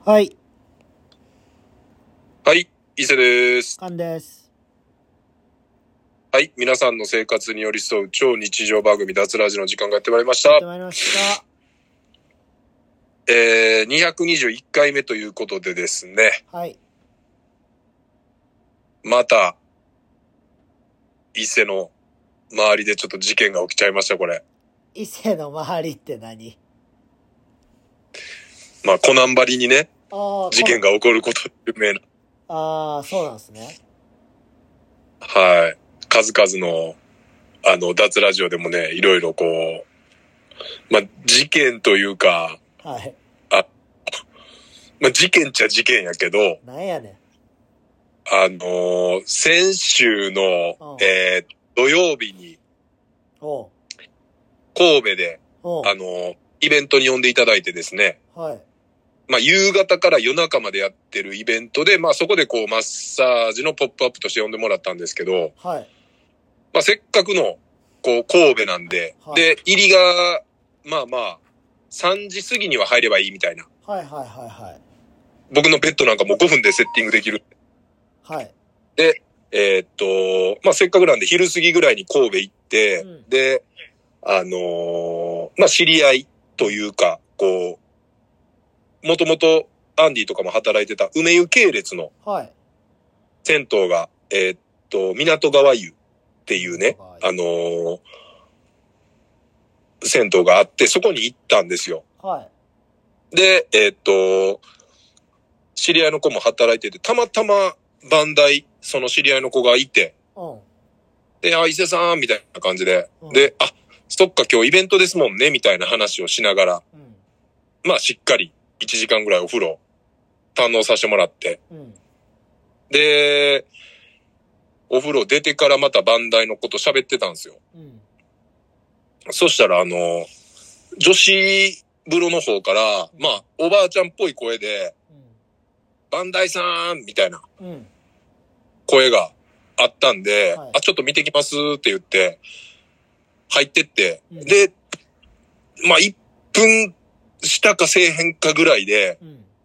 はい。 はい、伊勢です。 カンです。 はい、皆さんの生活に寄り添う超日常番組脱ラジの時間がやってまいりました。221回目ということでですね。 はい。 また、伊勢の周りでちょっと事件が起きちゃいました、これ。 伊勢の周りって何？ まあ、コナン張りにね、事件が起こること有名な。 ああ、そうなんですね。 はい。数々の、脱ラジオでもね、いろいろこう、まあ、事件というか、 はい。 まあ、事件っちゃ事件やけど、 なんやねん。 先週の、土曜日に、神戸で、イベントに呼んでいただいてですね。 はい。 まあ、夕方から夜中までやってるイベントで、まあ、そこでこう、マッサージのポップアップとして呼んでもらったんですけど、 はい。 まあ、せっかくの、こう、神戸なんで、はい、で、入りが、まあまあ、3時過ぎには入ればいいみたいな。 はいはいはいはい。 僕のベッドなんかもう5分でセッティングできる。 はい。 で、まあ、せっかくなんで昼過ぎぐらいに神戸行って、で、まあ、知り合いというか、こう、もともとアンディとかも働いてた梅湯系列の銭湯が、港川湯っていうね、銭湯があって、そこに行ったんですよ。 はい。 で、知り合いの子も働いてて、たまたまバンダイ、その知り合いの子がいて、で、伊勢さんみたいな感じで、で、そっか今日イベントですもんね、みたいな話をしながら、まあしっかり1時間ぐらいお風呂堪能させてもらって、で、お風呂出てからまたバンダイのこと喋ってたんですよ。そしたら女子風呂の方から、まあおばあちゃんっぽい声で、バンダイさんみたいな声があったんで、ちょっと見てきますって言って、入ってって、で、まあ1分したかせえへんかぐらいで、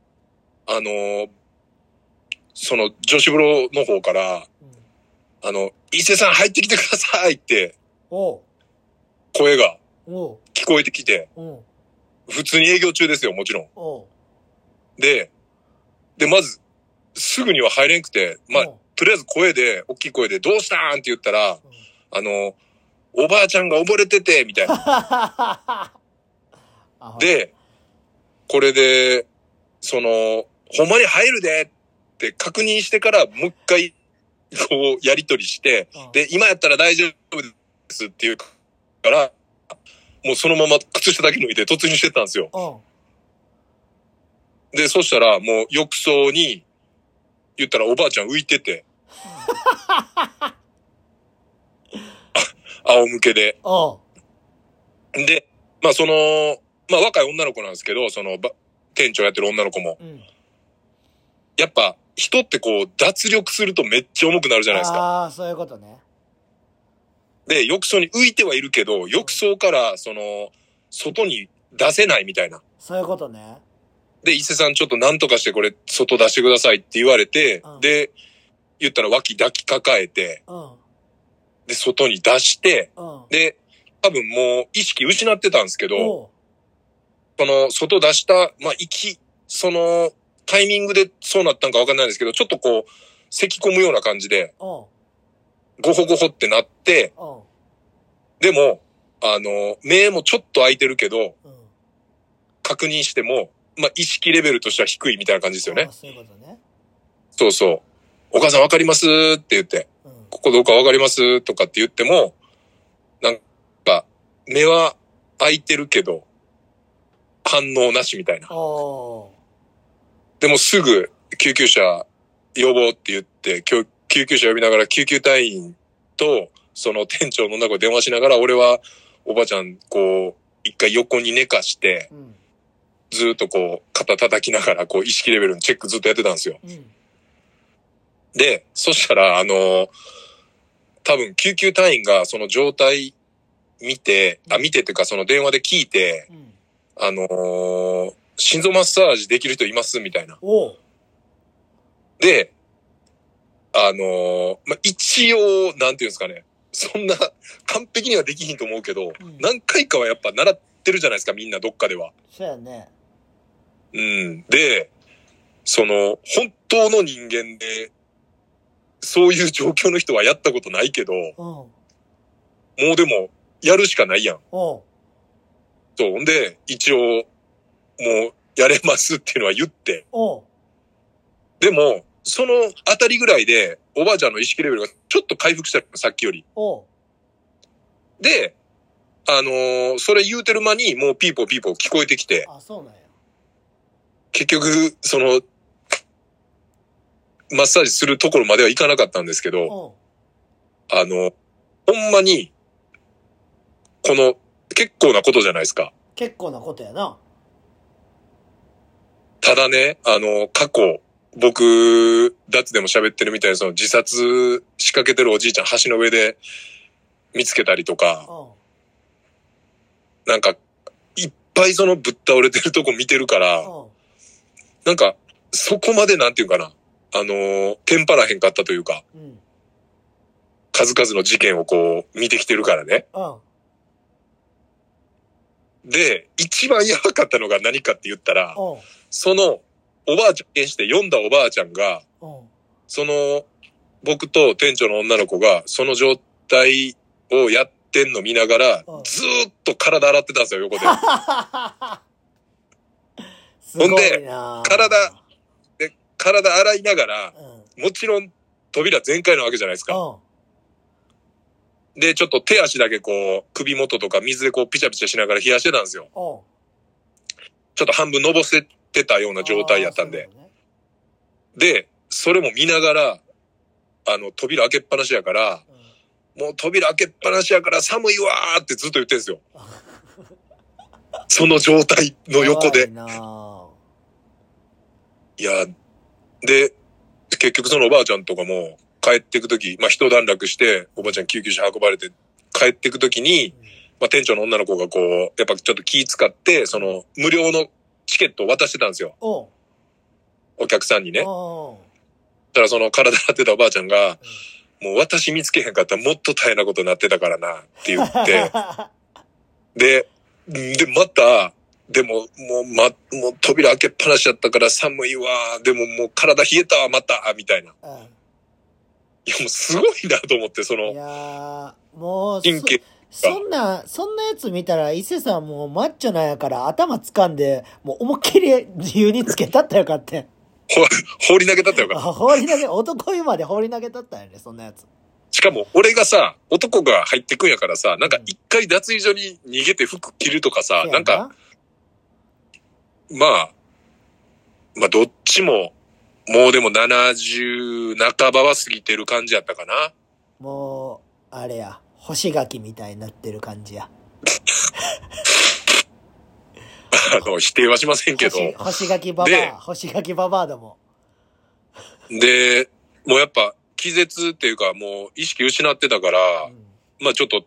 その女子風呂の方から、伊勢さん入ってきてくださいって、声が聞こえてきて、普通に営業中ですよ、もちろん。で、まず、すぐには入れんくて、まあ、とりあえず大きい声で、どうしたんって言ったら、おばあちゃんが溺れてて、みたいな。で、これで、ほんまに入るでって確認してから、もう一回、こう、やりとりして、で、今やったら大丈夫ですって言うから、もうそのまま靴下だけ脱いで突入してったんですよ。で、そしたら、もう浴槽に、言ったらおばあちゃん浮いてて。仰向けで。で、まあまあ若い女の子なんですけど、店長やってる女の子も。やっぱ、人ってこう、脱力するとめっちゃ重くなるじゃないですか。 ああ、そういうことね。 で、浴槽に浮いてはいるけど、浴槽から外に出せないみたいな。 そういうことね。 で、伊勢さんちょっと何とかしてこれ、外出してくださいって言われて、で、言ったら脇抱きかかえて、で、外に出して、で、多分もう意識失ってたんですけど、外出した、まあ、タイミングでそうなったんかわかんないんですけど、ちょっとこう、咳込むような感じで、ゴホゴホってなって、でも、目もちょっと開いてるけど、確認しても、まあ、意識レベルとしては低いみたいな感じですよね。 そういうことね。 そうそう。お母さんわかりますって言って、ここどうかわかりますとかって言っても、なんか、目は開いてるけど、反応なしみたいな。でもすぐ救急車呼ぼうって言って、救急車呼びながら救急隊員とその店長の中で電話しながら、俺はおばちゃんこう一回横に寝かして、ずっとこう肩叩きながらこう意識レベルのチェックずっとやってたんですよ。で、そしたら多分救急隊員がその状態見てっていうかその電話で聞いて、 心臓マッサージできる人いますみたいな。で、一応、なんていうんですかね。そんな完璧にはできひんと思うけど、何回かはやっぱ習ってるじゃないですか、みんなどっかでは。 そうやね。 で、本当の人間で、そういう状況の人はやったことないけど、もうでも、やるしかないやん。そう。んで、一応、もう、やれますっていうのは言って。でも、そのあたりぐらいで、おばあちゃんの意識レベルがちょっと回復したの、さっきより。で、それ言うてる間に、もうピーポーピーポー聞こえてきて。 そうなんや。 結局、マッサージするところまではいかなかったんですけど、ほんまに、結構なことじゃないですか。 結構なことやな。 ただね、過去、僕、ダッツでも喋ってるみたいに自殺仕掛けてるおじいちゃん橋の上で見つけたりとか、なんか、いっぱいぶっ倒れてるとこ見てるから、なんか、そこまでなんていうかな、テンパらへんかったというか、数々の事件を見てきてるからね。で、一番やばかったのが何かって言ったら、おばあちゃん演して読んだおばあちゃんが、僕と店長の女の子が、その状態をやってんの見ながら、ずーっと体洗ってたんですよ、横で。ほんで、体洗いながら、もちろん扉全開なわけじゃないですか。で、ちょっと手足だけ首元とか水でピチャピチャしながら冷やしてたんですよ。ちょっと半分のぼせてたような状態やったんで。で、それも見ながら、扉開けっぱなしやから、もう扉開けっぱなしやから寒いわーってずっと言ってんすよ。その状態の横で。いや、で、結局そのおばあちゃんとかも帰ってくとき、一段落して、おばあちゃん救急車運ばれて帰ってくときに、店長の女の子がやっぱちょっと気使って、無料のチケットを渡してたんですよ。お客さんにね。たら体張ってたおばあちゃんが、もう私見つけへんかったらもっと大変なことになってたからなって言って、で、また、でも、もう扉開けっぱなしだったから寒いわ。でももう体冷えたわ、また、みたいな。いや、もうすごいなと思って、 いやもう、 神経そんなやつ見たら、伊勢さんもうマッチョなんやから頭掴んで、もう思いっきり自由につけたったよかって。 放り投げたったよか。 男湯まで放り投げたったよね、そんなやつ。 しかも、俺がさ、男が入ってくんやからさ、なんか一回脱衣所に逃げて服着るとかさ、なんか、まあ、どっちも、もうでも70半ばは過ぎてる感じやったかな。 もう、あれや、干し柿みたいになってる感じや。 否定はしませんけど。 干し柿ババアだもん。で、もうやっぱ気絶っていうかもう意識失ってたから、ちょっと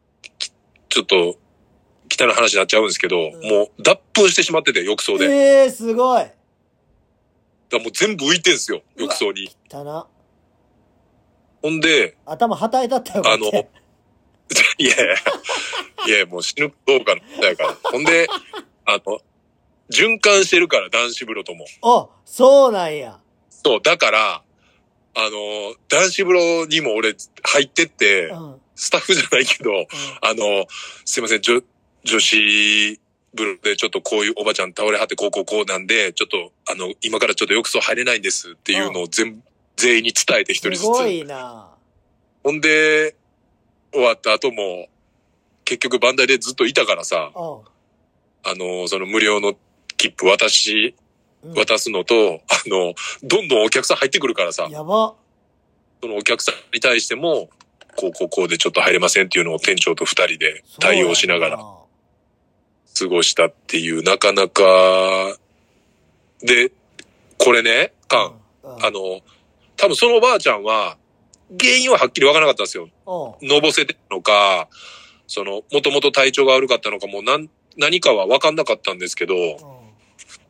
汚い話になっちゃうんですけど、もう脱糞してしまってて、浴槽で。 すごい。だからもう全部浮いてんすよ、浴槽に。 汚。 ほんで、 頭はたいたったよ、 いや、もう死ぬどうかの問題やから。ほんで、循環してるから、男子風呂とも。 そうなんや。 そう、だから、男子風呂にも俺入ってって、スタッフじゃないけど、すいません、女子風呂でちょっとこういうおばちゃん倒れはってこうなんで、ちょっと、今からちょっと浴槽入れないんですっていうのを全員に伝えて一人ずつ。 すごいな。 ほんで、終わった後も、結局バンダイでずっといたからさ、その無料の切符渡すのと、どんどんお客さん入ってくるからさ、 やば。 そのお客さんに対しても、こうでちょっと入れませんっていうのを店長と二人で対応しながら過ごしたっていう、なかなか、で、これね、多分そのおばあちゃんは、原因ははっきりわからなかったんですよ。のぼせてるのか、もともと体調が悪かったのかも何かはわかんなかったんですけど、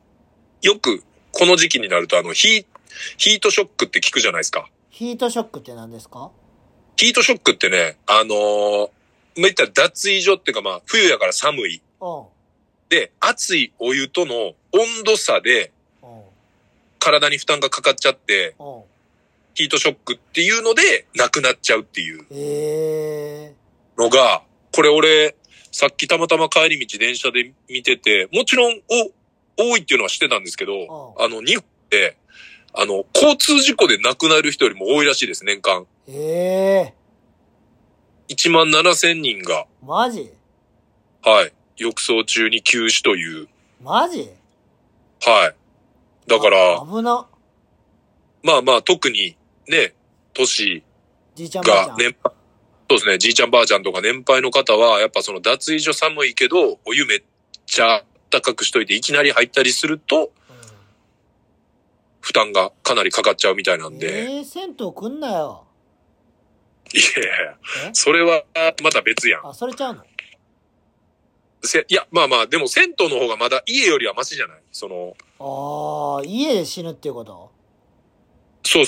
よくこの時期になるとヒートショックって聞くじゃないですか。 ヒートショックって何ですか？ ヒートショックってね、言ったら脱衣所っていうかまあ、冬やから寒い。で、熱いお湯との温度差で、体に負担がかかっちゃって、ヒートショックっていうので、亡くなっちゃうっていうのが、これ俺、さっきたまたま帰り道電車で見てて、もちろん多いっていうのは知ってたんですけど、日本で、交通事故で亡くなる人よりも多いらしいです、年間。17,000人が。 マジ？ はい。浴槽中に急死という。 マジ？ はい。だから、 危な。 まあまあ、特にね、年がそうですね、じいちゃんばあちゃんとか年配の方は、やっぱその脱衣所寒いけど、お湯めっちゃ高くしといていきなり入ったりすると、負担がかなりかかっちゃうみたいなんで。 銭湯来んなよ。 いやそれはまた別やん。 あ、それちゃうの？ いや、まあまあ、でも銭湯の方がまだ家よりはマシじゃない？ 家で死ぬっていうこと？ そう。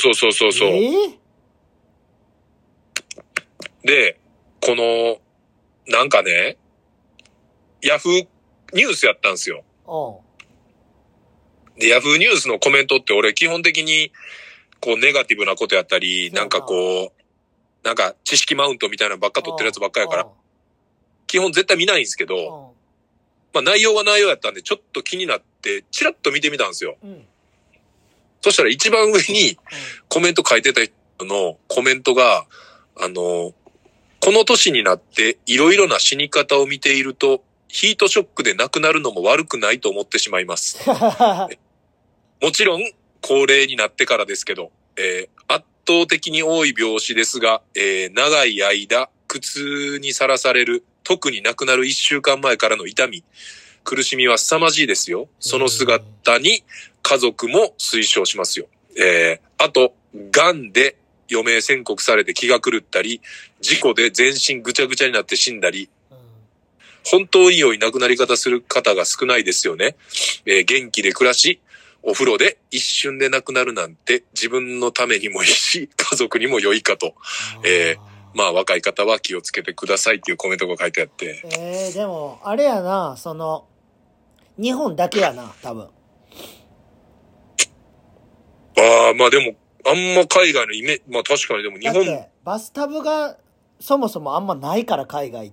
で、この、なんかね、ヤフーニュースやったんですよ。で、ヤフーニュースのコメントって俺基本的に、こうネガティブなことやったり、なんかこう、なんか知識マウントみたいなのばっか取ってるやつばっかやから、基本絶対見ないんですけど、まあ内容は内容やったんでちょっと気になってチラッと見てみたんですよ。そしたら一番上にコメント書いてた人のコメントが、この年になっていろいろな死に方を見ていると、ヒートショックで亡くなるのも悪くないと思ってしまいます。もちろん高齢になってからですけど、圧倒的に多い病死ですが、長い間苦痛にさらされる、特に亡くなる1週間前からの痛み、苦しみは凄まじいですよ。その姿に家族も推奨しますよ。あと、癌で余命宣告されて気が狂ったり、事故で全身ぐちゃぐちゃになって死んだり、本当に良い亡くなり方する方が少ないですよね。元気で暮らし、お風呂で一瞬で亡くなるなんて自分のためにもいいし、家族にも良いかと。まあ若い方は気をつけてくださいっていうコメントが書いてあって。 でも、あれやな、日本だけやな、多分。 まあでも、あんま海外のまあ確かにでも日本。 だってバスタブがそもそもあんまないから、海外って。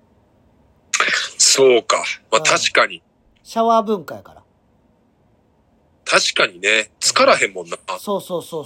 そうか。まあ確かに。 シャワー文化やから。 確かにね。疲らへんもんな。 そう。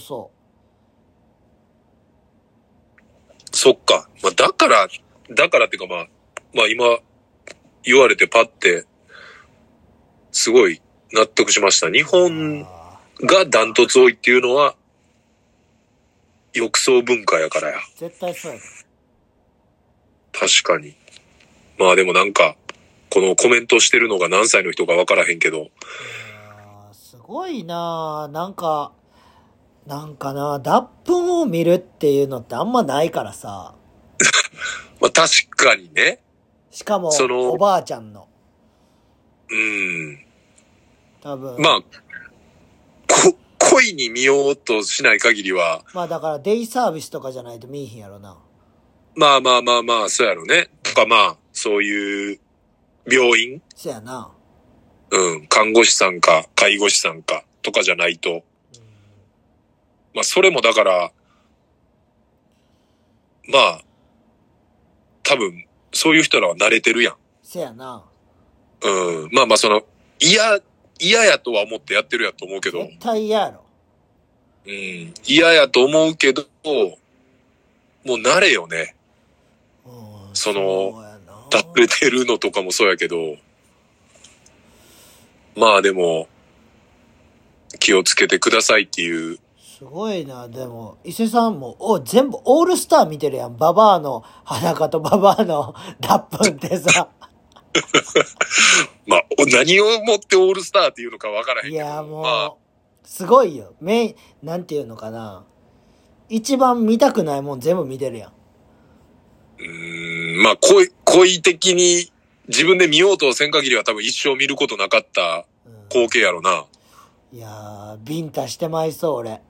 そっか。まあだからっていうかまあ今言われてパッて、すごい納得しました。日本がダントツ多いっていうのは、浴槽文化やからや。 絶対そうやで。 確かに。まあでもなんか、このコメントしてるのが何歳の人か分からへんけど。 すごいなぁ。なんかな、脱粉を見るっていうのってあんまないからさ。 まあ確かにね。 しかも、おばあちゃんの。多分。 まあ、恋に見ようとしない限りは。 まあだからデイサービスとかじゃないと見えへんやろな。 まあ、そうやろね。とかまあ、そういう病院。 そうやな。 看護師さんか介護士さんかとかじゃないと。まあそれもだから、まあ、多分、そういう人らは慣れてるやん。 そうやな。 まあ嫌やとは思ってやってるやと思うけど。 絶対嫌やろ。 嫌やと思うけど、もう慣れよね。立れてるのとかもそうやけど。まあでも、気をつけてくださいっていう。 すごいな。でも、伊勢さんも、全部オールスター見てるやん。ババアの裸とババアの脱粉ってさ。 まあ、何をもってオールスターっていうのかわからへんけど。 いや、もう、すごいよ。なんていうのかな。一番見たくないもん全部見てるやん。 まあ、恋的に自分で見ようとせん限りは多分一生見ることなかった光景やろな。 いやー、ビンタしてまいそう、俺。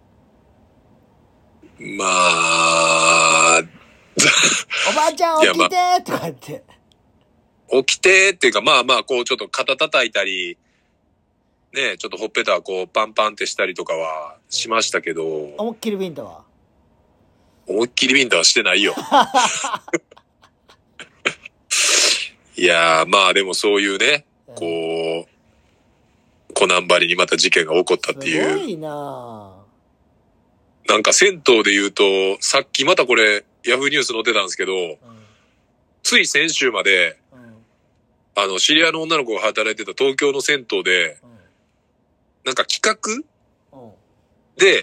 まあ、 おばあちゃん起きてーとか言って。 起きてーっていうか、まあまあ、こうちょっと肩叩いたり、ね、ちょっとほっぺたこうパンパンってしたりとかはしましたけど。 思いっきりビンタは思いっきりビンタはしてないよ。いやー、まあでもそういうね、こう、コナンバリにまた事件が起こったっていう。 すごいななんか銭湯で言うと、さっきまたこれ、ヤフーニュース載ってたんですけど、つい先週まで、知り合いの女の子が働いてた東京の銭湯で、なんか企画で、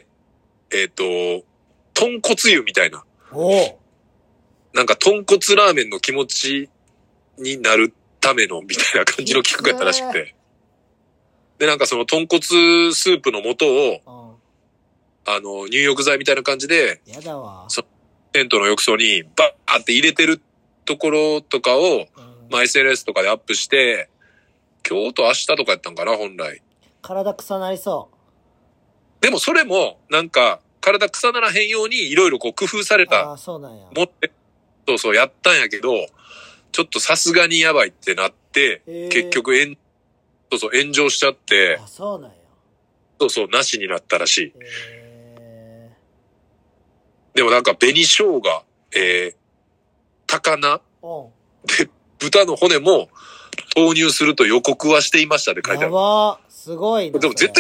豚骨湯みたいな。なんか豚骨ラーメンの気持ちになるためのみたいな感じの企画やったらしくて。で、なんかその豚骨スープの素を、入浴剤みたいな感じで、 やだわ。 テントの浴槽にバーって入れてるところとかを、まあ SNS とかでアップして、今日と明日とかやったんかな、本来。 体臭なりそう。 でもそれも、なんか、体臭ならへんようにいろいろこう工夫された。 そうなんや。 そうそう、やったんやけど、ちょっとさすがにやばいってなって、結局炎上しちゃって、 そうなんや。 そうそう、なしになったらしい。でもなんか紅生姜、高菜、で、豚の骨も投入すると予告はしていましたって書いてある。 やばー、すごいな。 でも絶対、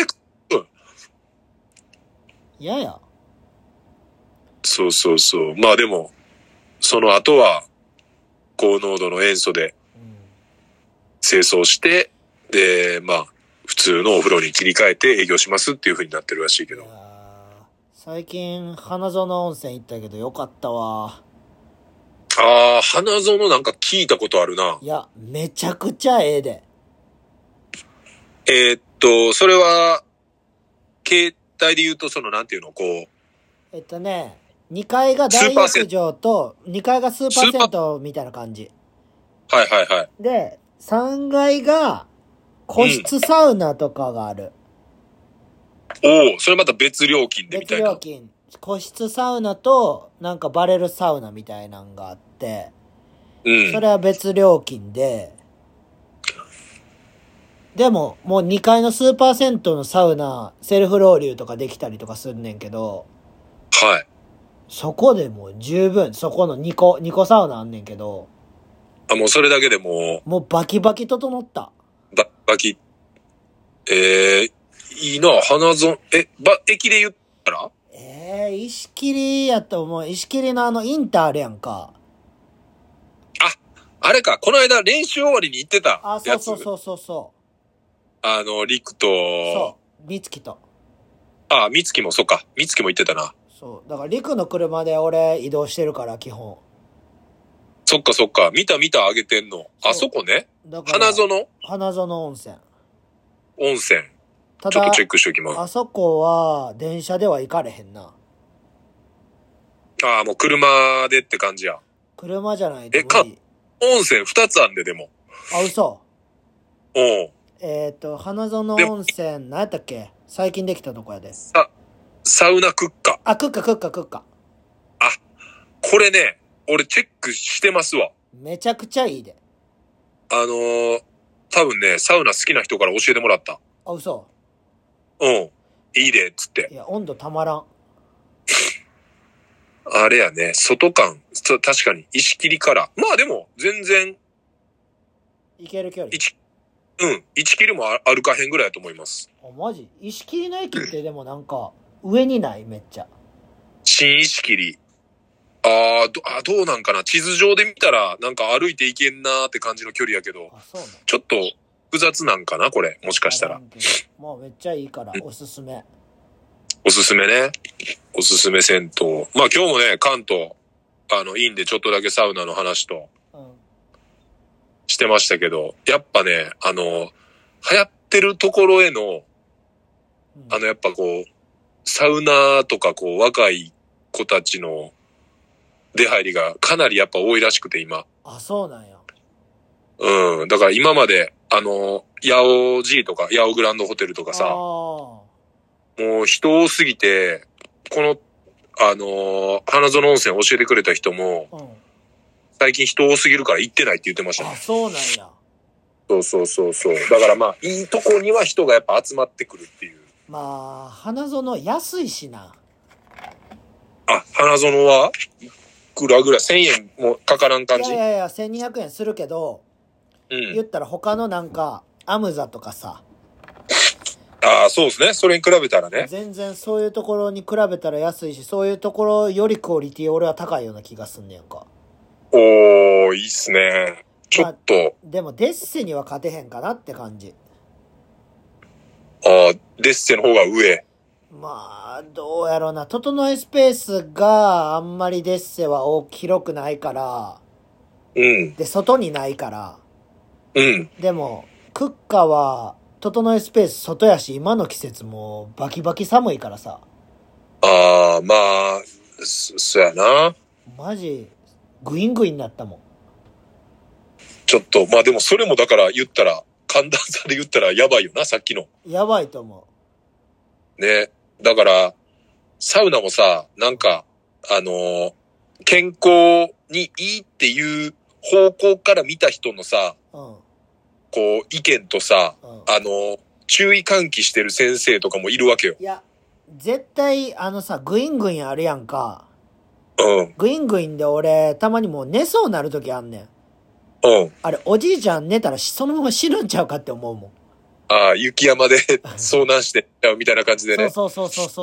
嫌や。 そうそうそう。まあでも、その後は、高濃度の塩素で、清掃して、で、まあ、普通のお風呂に切り替えて営業しますっていう風になってるらしいけど。 最近、花園温泉行ったけどよかったわ。 ああ、花園なんか聞いたことあるな。 いや、めちゃくちゃええで。 それは、携帯で言うと、なんていうの、こう。 2階が大浴場と、2階がスーパー銭湯みたいな感じ。 はいはいはい。 で、3階が、個室サウナとかがある。 おお、それまた別料金でみたいな。 別料金。個室サウナと、なんかバレルサウナみたいなのがあって、それは別料金で、でも、もう2階のスーパー銭湯のサウナ、セルフロウリュとかできたりとかすんねんけど、 はい。 そこでもう十分、そこの2個サウナあんねんけど、 もうそれだけでもうバキバキ整った。 バキ。いいな、花園、駅で言ったら石切やと思う。石切のインターあるやんか。 あれか、この間練習終わりに行ってたやつ。 そう。 リクと、 そう、みつきと。 みつきも、そうか。みつきも行ってたな。 そう。だからリクの車で俺移動してるから、基本。 そっか。見た、あげてんの。あそこね。花園温泉。 温泉。 ただ、 ちょっとチェックしておきます。 あそこは、電車では行かれへんな。 もう車でって感じや。 車じゃないと無理。 温泉2つあんで、でも。 嘘。 おう。花園温泉、何やったっけ？最近できたとこやで。 サウナクッカ。 クッカ。 これね、俺チェックしてますわ。 めちゃくちゃいいで。 多分ね、サウナ好きな人から教えてもらった。 嘘。 いいで、つって。 いや、温度たまらん。 あれやね、外感、確かに、石切りから。まあでも、全然。 いける距離。 1キロも歩かへんぐらいだと思います。 マジ？石切の駅ってでもなんか、上にないめっちゃ。 新石切。どうなんかな。地図上で見たら、なんか歩いていけんなーって感じの距離やけど、ちょっと複雑なんかな、これ。もしかしたら。 もうめっちゃいいから、おすすめ。 おすすめね。おすすめ銭湯。まあ今日もね、関東、いいんでちょっとだけサウナの話と、してましたけど、やっぱね、流行ってるところへの、やっぱこう、サウナとかこう、若い子たちの出入りがかなりやっぱ多いらしくて、今。 そうなんや。 だから今まで、八尾 G とか、八尾グランドホテルとかさ、 もう人多すぎて、この、花園温泉教えてくれた人も、最近人多すぎるから行ってないって言ってましたね。 あ、そうなんや。 そう。だからまあ、いいとこには人がやっぱ集まってくるっていう。 まあ、花園安いしな。 あ、花園はいくらぐらい ?1000 円もかからん感じ？ いや、1200円するけど、言ったら他のなんか、アムザとかさ。 ああ、そうですね。それに比べたらね。 全然そういうところに比べたら安いし、そういうところよりクオリティ俺は高いような気がすんねやんか。 おー、いいっすね。ちょっと。まあ、 でもデッセには勝てへんかなって感じ。 ああ、デッセの方が上。 まあ、どうやろうな。整えスペースがあんまりデッセは広くないから。で、外にないから。でも、クッカは、整えスペース外やし、今の季節もバキバキ寒いからさ。 ああ、まあ、そやな。 マジ、グイングインになったもん。 ちょっと、まあでもそれもだから言ったら、寒暖差で言ったらやばいよな、さっきの。 やばいと思う。ね。だから、サウナもさ、なんか、健康にいいっていう方向から見た人のさ、こう、意見とさ、注意喚起してる先生とかもいるわけよ。 いや、絶対、グイングインあるやんか。グイングインで俺、たまにもう寝そうなるときあんねん。あれ、おじいちゃん寝たらそのまま死ぬんちゃうかって思うもん。 ああ、雪山で遭難してみたいな感じでね。 そう。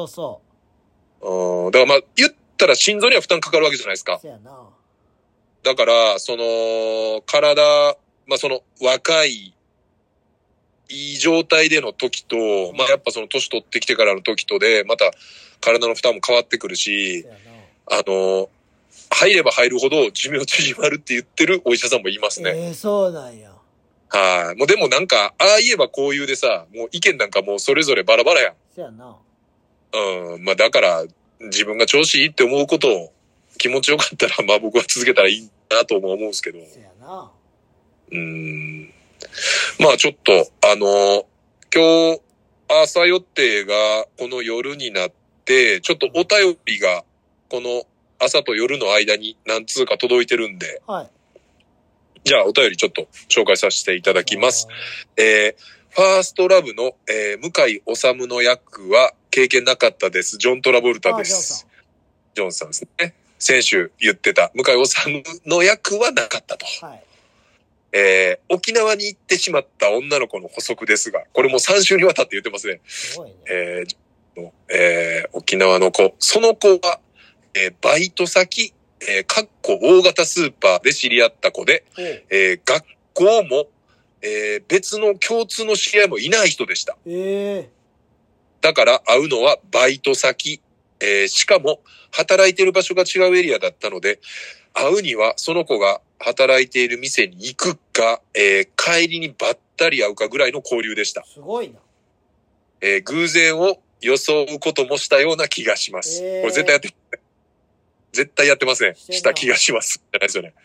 だからまあ、言ったら心臓には負担かかるわけじゃないですか。 そうやな。 だから、体、まあ若い、いい状態での時と、まあやっぱ年取ってきてからの時とで、また体の負担も変わってくるし、入れば入るほど寿命縮まるって言ってるお医者さんもいますね。 そうなんや。 はい。もうでもなんか、ああ言えばこう言うでさ、もう意見なんかもうそれぞれバラバラやん。 そうやな。 まあだから、自分が調子いいって思うことを気持ちよかったら、まあ僕は続けたらいいなとも思うんですけど。 そうやな。 まあちょっと、今日、朝予定がこの夜になって、ちょっとお便りがこの朝と夜の間に何通か届いてるんで、 はい。 じゃあお便りちょっと紹介させていただきます。ファーストラブの、向井治の役は経験なかったです。ジョン・トラボルタです。ジョンさんですね。先週言ってた向井治の役はなかったと。はい。沖縄に行ってしまった女の子の補足ですが、これも3週にわたって言ってますね。すごいね。沖縄の子。その子は、バイト先、大型スーパーで知り合った子で、学校も、別の共通の知り合いもいない人でした。だから会うのはバイト先、しかも働いている場所が違うエリアだったので、会うにはその子が働いている店に行くか、帰りにばったり会うかぐらいの交流でした。 すごいな。 偶然を装うこともしたような気がします。これ絶対やってません。した気がします。じゃないですよね。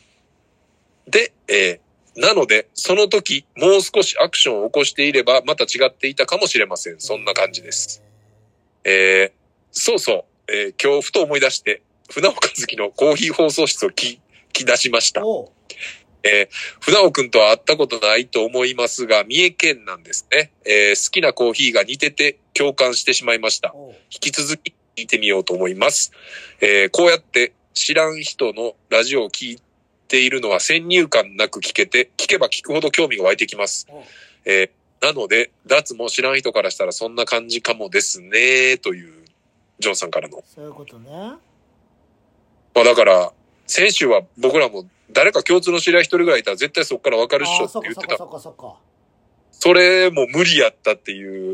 で、なので、その時、もう少しアクションを起こしていれば、また違っていたかもしれません。そんな感じです。そうそう、今日ふと思い出して、船尾和樹のコーヒー放送室を聞き出しました。船尾くんとは会ったことないと思いますが、三重県なんですね。好きなコーヒーが似てて共感してしまいました。引き続き聞いてみようと思います。こうやって知らん人のラジオを聞いているのは先入観なく聞けば聞くほど興味が湧いてきます。なので、脱も知らん人からしたらそんな感じかもですね、という、ジョンさんからの。 そういうことね。 まあだから、先週は僕らも誰か共通の知り合い一人ぐらいいたら絶対そこから分かるっしょって言ってた。それも無理やったっていう。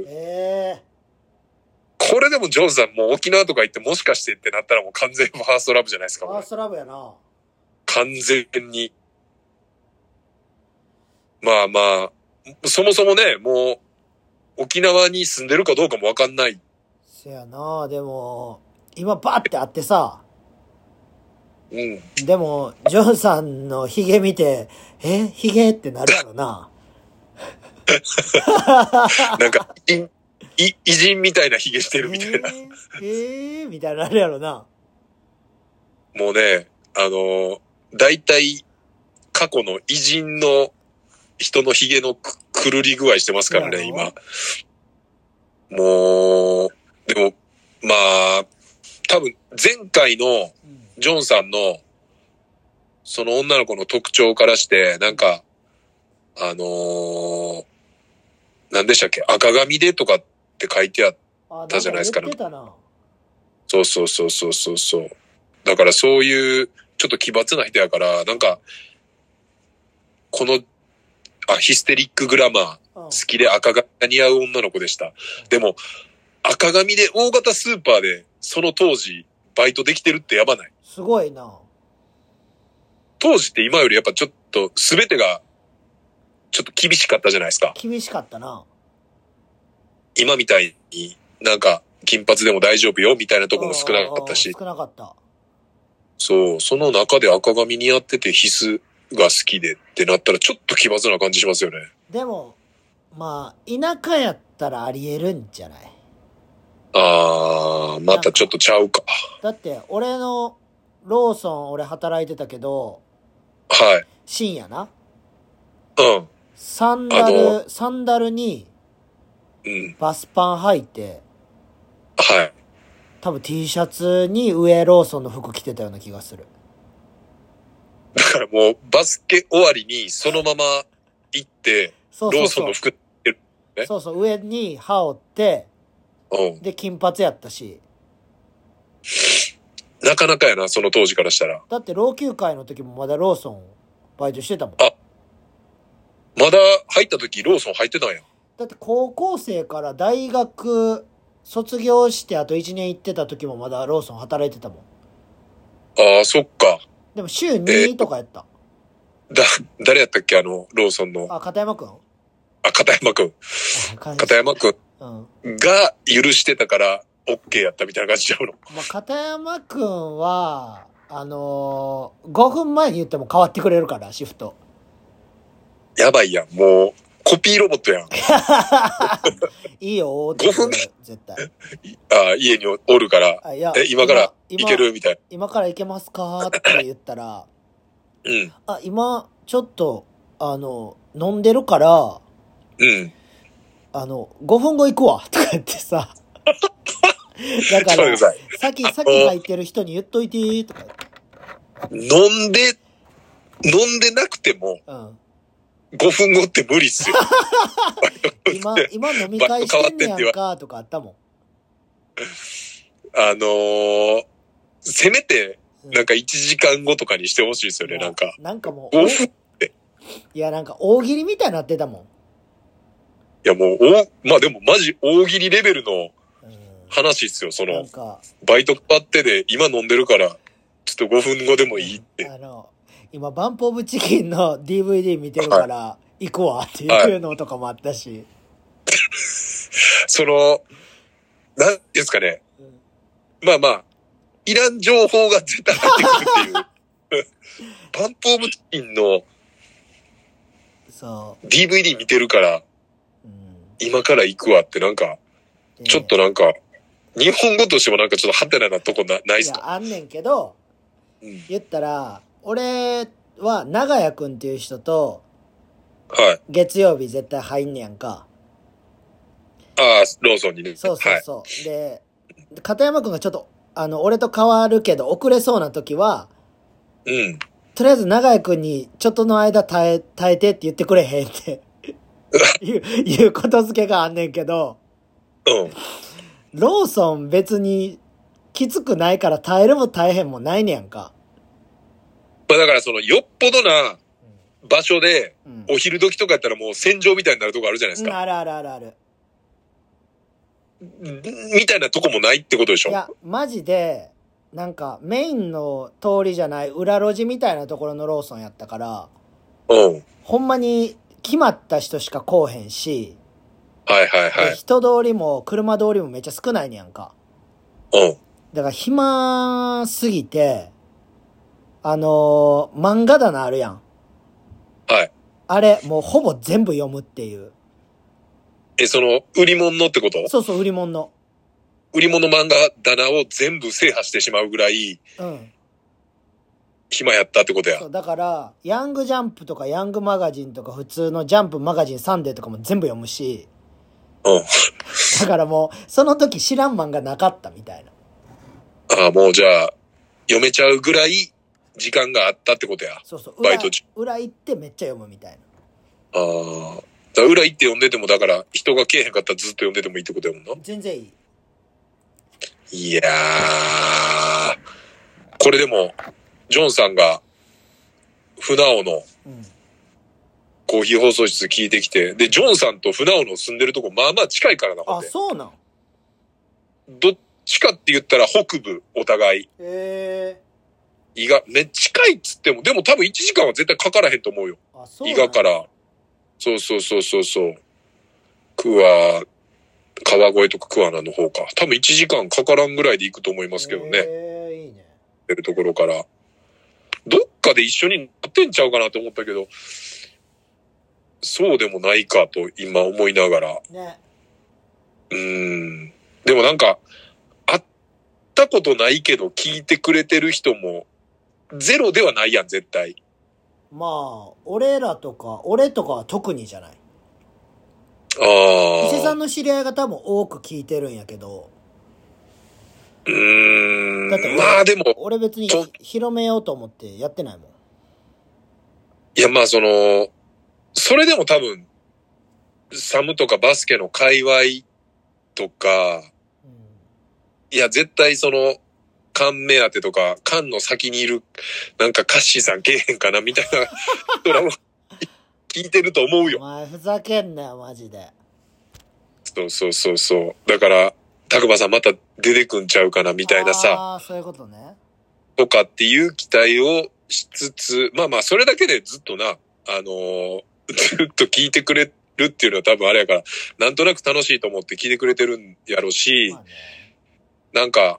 これでもジョンさんもう沖縄とか行ってもしかしてってなったらもう完全ファーストラブじゃないですか。 ファーストラブやな。 完全に。まあまあ、そもそもね、もう沖縄に住んでるかどうかも分かんない。 せやな。でも、今バーって会ってさ、でも、ジョンさんのヒゲ見て、ヒゲってなるやろな。 なんか、 偉人みたいな髭してるみたいな。 みたいなあれやろな。 もうね、大体、過去の偉人の人の髭のくるり具合してますからね、今。もう、でも、まあ、多分、前回のジョンさんの、その女の子の特徴からして、なんか、何でしたっけ、赤髪でとかって書いてあったじゃないですか。そうそうそうそうそうそう。だからそういうちょっと奇抜な人やから、なんかこのヒステリックグラマー好きで赤髪が似合う女の子でした。でも赤髪で大型スーパーでその当時バイトできてるってやばない？ すごいな。 当時って今よりやっぱちょっと全てがちょっと厳しかったじゃないですか。 厳しかったな。 今みたいになんか金髪でも大丈夫よみたいなとこも少なかったし。 少なかった。 そう、その中で赤髪似合っててヒスが好きでってなったらちょっと奇抜な感じしますよね。 でも、まあ、田舎やったらありえるんじゃない？ またちょっとちゃうか。 だって、俺のローソン俺働いてたけど、 はい。 深夜な。 うん。 サンダルに、バスパン履いて、 はい。 多分 T シャツに上ローソンの服着てたような気がする。 だからもうバスケ終わりにそのまま行って、ローソンの服着てる、ね。 そうそう、上に羽織って、で、金髪やったし。 なかなかやな、その当時からしたら。 だって老朽会の時もまだローソンバイトしてたもん。 まだ入った時ローソン入ってたんや。 だって高校生から大学卒業してあと1年行ってた時もまだローソン働いてたもん。 そっか。 でも週2とかやった。 誰やったっけ、ローソンの。 片山くん。 片山くん。片山くんが許してたから OK やったみたいな感じちゃうの。 まあ、片山くんは、5分前に言っても変わってくれるから、シフト。 やばいやん、もう、コピーロボットやん。 いいよ、5分絶対。 家におるから、今から行けるみたいな。 今から行けますかって言ったら、今、ちょっと、飲んでるから、5分後行くわ、とか言ってさ。だから、先入ってる人に言っといて、とか言って。 飲んでなくても、5分後って無理っすよ。 今飲み会してんねやんか、とかあったもん。 せめて、なんか1時間後とかにしてほしいですよね、なんか。 なんかもう、 5分って。 いや、なんか大喜利みたいになってたもん。 いや、もう、まあでもマジ大喜利レベルの話っすよ、その、バイト変わってで、今飲んでるから、ちょっと5分後でもいいって。 今、バンプオブチキンの DVD 見てるから、行くわっていうのとかもあったし。 なんですかね。まあまあ、いらん情報が絶対入ってくるっていう。バンプオブチキンの DVD 見てるから、今から行くわってなんか、ちょっとなんか、日本語としてもなんかちょっとハテナなとこないっすか？ いや、あんねんけど、言ったら、俺は長屋くんっていう人と、月曜日絶対入んねやんか。 ローソンにね。 そうそうそう。で、片山くんがちょっと、俺と変わるけど遅れそうな時は、とりあえず長屋くんにちょっとの間耐えてって言ってくれへんっていうことづけがあんねんけど、ローソン別にきつくないから耐えるも耐えへんもないねやんか。 だからよっぽどな場所で、お昼時とかやったらもう戦場みたいになるとこあるじゃないですか。 あるあるあるある。 みたいなとこもないってことでしょ？ いや、マジで、なんかメインの通りじゃない裏路地みたいなところのローソンやったから、ほんまに決まった人しか来おへんし、人通りも車通りもめっちゃ少ないねやんか。だから暇すぎて、漫画棚あるやん。あれ、もうほぼ全部読むっていう。 その、売り物のってこと？ そうそう、売り物の。 売り物漫画棚を全部制覇してしまうぐらい、うん。暇やったってことや。 そう、だから、ヤングジャンプとかヤングマガジンとか普通のジャンプマガジンサンデーとかも全部読むし、うん。だからもう、その時知らん漫画なかったみたいな。 ああ、もうじゃあ、読めちゃうぐらい時間があったってことや。 そうそう。バイト中。裏行ってめっちゃ読むみたいな。ああ。だ裏行って読んでても、だから人が来えへんかったらずっと読んでてもいいってことやもんな。 全然いい。 いやー。これでも、ジョンさんが、船尾の、コーヒー放送室聞いてきて、で、ジョンさんと船尾の住んでるとこ、まあまあ近いからな、 ほんで。あ、そうなん？ どっちかって言ったら北部、お互い。伊賀、めっちゃ近いっつっても、でも多分1時間は絶対かからへんと思うよ。あ、そう。伊賀から。そうそうそうそうそう。川越とか桑名の方か。多分1時間かからんぐらいで行くと思いますけどね。 いいね。 出るところから。どっかで一緒になってんちゃうかなと思ったけど、そうでもないかと今思いながら。ね。でもなんか、会ったことないけど聞いてくれてる人もゼロではないやん、絶対。 まあ、俺とかは特にじゃない。ああ。伊勢さんの知り合いが多分多く聞いてるんやけど。だってまあでも。俺別に広めようと思ってやってないもん。 いやまあそれでも多分、サムとかバスケの界隈とか、いや絶対缶目当てとか、缶の先にいる、なんかカッシーさんけえへんかなみたいな人らも聞いてると思うよ。 お前ふざけんなよ、マジで。 そう。だから、たくまさんまた出てくんちゃうかなみたいなさ。 ああ、そういうことね。 とかっていう期待をしつつ、まあまあ、それだけでずっとな、ずっと聞いてくれるっていうのは多分あれやから、なんとなく楽しいと思って聞いてくれてるんやろし、まあね、なんか、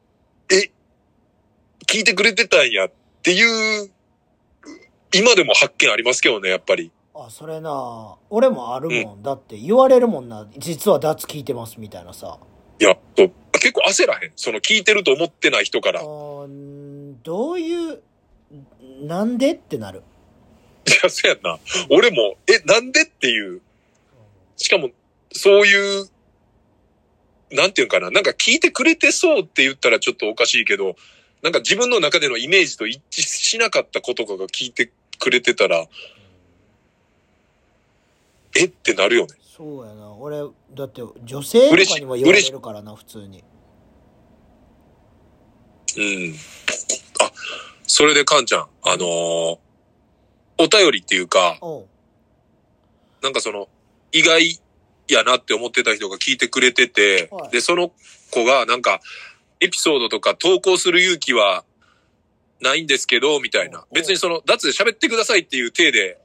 聞いてくれてたんやっていう、今でも発見ありますけどね、やっぱり。 あ、それな、俺もあるもん。だって言われるもんな、実は脱聞いてますみたいなさ。 いや、結構焦らへん。聞いてると思ってない人から。 どういう、なんでってなる。 いや、そうやんな。俺も、なんでっていう。しかも、そういう、なんていうんかな。なんか聞いてくれてそうって言ったらちょっとおかしいけど、なんか自分の中でのイメージと一致しなかった子とかが聞いてくれてたら、ってなるよね。 そうやな。俺、だって女性とかにも言われるからな、普通に。 あ、それでカンちゃん、お便りっていうか、なんか意外やなって思ってた人が聞いてくれてて、はい、で、その子がなんか、エピソードとか投稿する勇気はないんですけど、みたいな。別に脱で喋ってくださいっていう体で、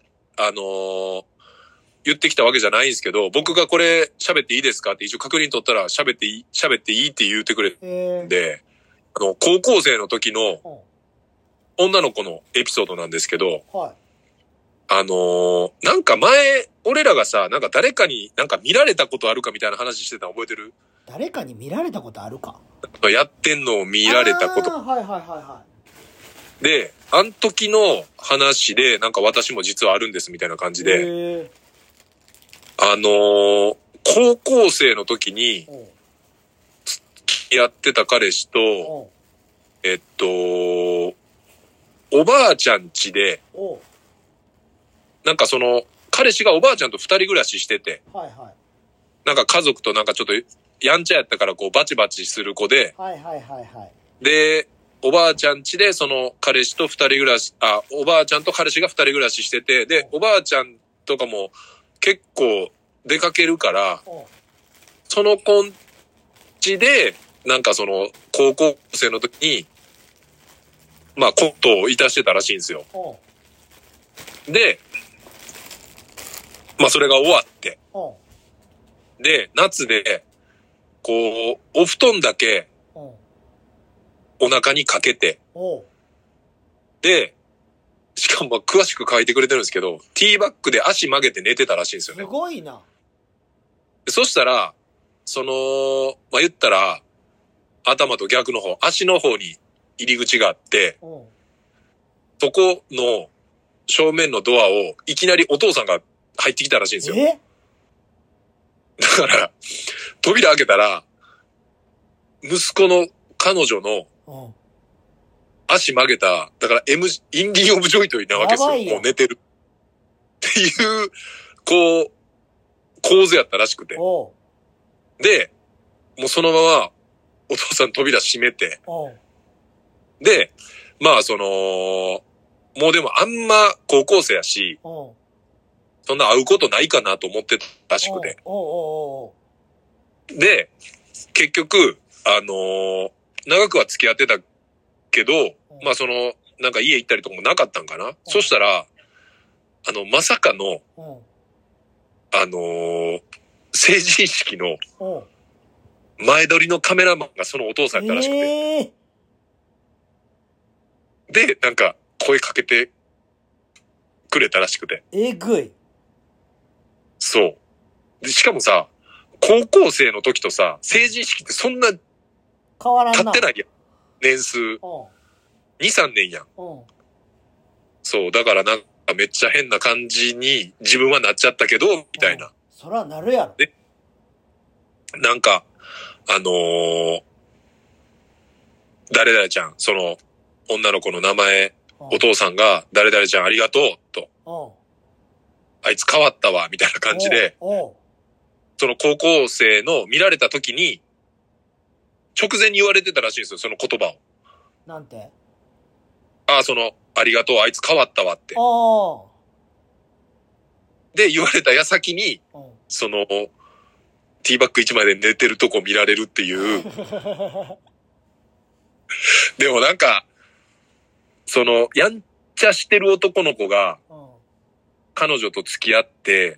言ってきたわけじゃないんですけど、僕がこれ喋っていいですかって一応確認取ったら喋っていいって言ってくれて、で、高校生の時の女の子のエピソードなんですけど、はい、なんか前、俺らがさ、なんか誰かになんか見られたことあるかみたいな話してたの覚えてる？ 誰かに見られたことあるか？ やってんのを見られたこと。 はい。 で、あの時の話で、なんか私も実はあるんですみたいな感じで、高校生の時に、付き合ってた彼氏と、おばあちゃん家で、なんか彼氏がおばあちゃんと二人暮らししてて、なんか家族となんかちょっとやんちゃやったからバチバチする子で、で、おばあちゃん家で彼氏と二人暮らし、おばあちゃんと彼氏が二人暮らししてて、で、おばあちゃんとかも結構出かけるから、その子ん家で、なんか高校生の時に、まあコントをいたしてたらしいんですよ。で、まあそれが終わって、で、夏で、お布団だけ、お腹にかけて、で、しかも詳しく書いてくれてるんですけど、ティーバッグで足曲げて寝てたらしいんですよね。 すごいな。 そしたら、まあ、言ったら、頭と逆の方、足の方に入り口があって、そこの正面のドアをいきなりお父さんが入ってきたらしいんですよ。だから、扉開けたら、息子の彼女の足曲げた、だからインディ・オブ・ジョイトイなわけですよ。もう寝てる。っていう、構図やったらしくて。で、もうそのままお父さん扉閉めて。で、まあもうでもあんま高校生やし、そんな会うことないかなと思ってたらしくて。で、結局、長くは付き合ってたけど、まあなんか家行ったりとかもなかったんかな。そしたら、まさかの、成人式の前撮りのカメラマンがそのお父さんやったらしくて。で、なんか声かけてくれたらしくて。 えぐい。 そう。で、しかもさ、高校生の時とさ、成人式ってそんな変わらんな。 経ってないやん。年数。2、3年やん。そう。だからなんかめっちゃ変な感じに自分はなっちゃったけど、みたいな。 そらなるやろ。 で、なんか、誰々ちゃん、その女の子の名前、お父さんが誰々ちゃんありがとうと。あいつ変わったわ、みたいな感じで、その高校生の見られた時に、直前に言われてたらしいんですよ、その言葉を。 なんて？ ありがとう、あいつ変わったわって。で、言われた矢先に、ティーバッグ1枚で寝てるとこ見られるっていう。でもなんか、やんちゃしてる男の子が、彼女と付き合って、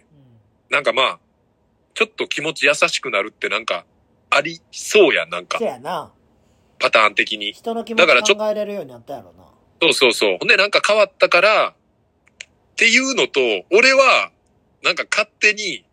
なんかまあ、ちょっと気持ち優しくなるってなんか、ありそうやん、なんか。 そうやな。 パターン的に。 人の気持ち考えれるようになったやろな。 そう。ほんでなんか変わったから、っていうのと、俺は、なんか勝手に、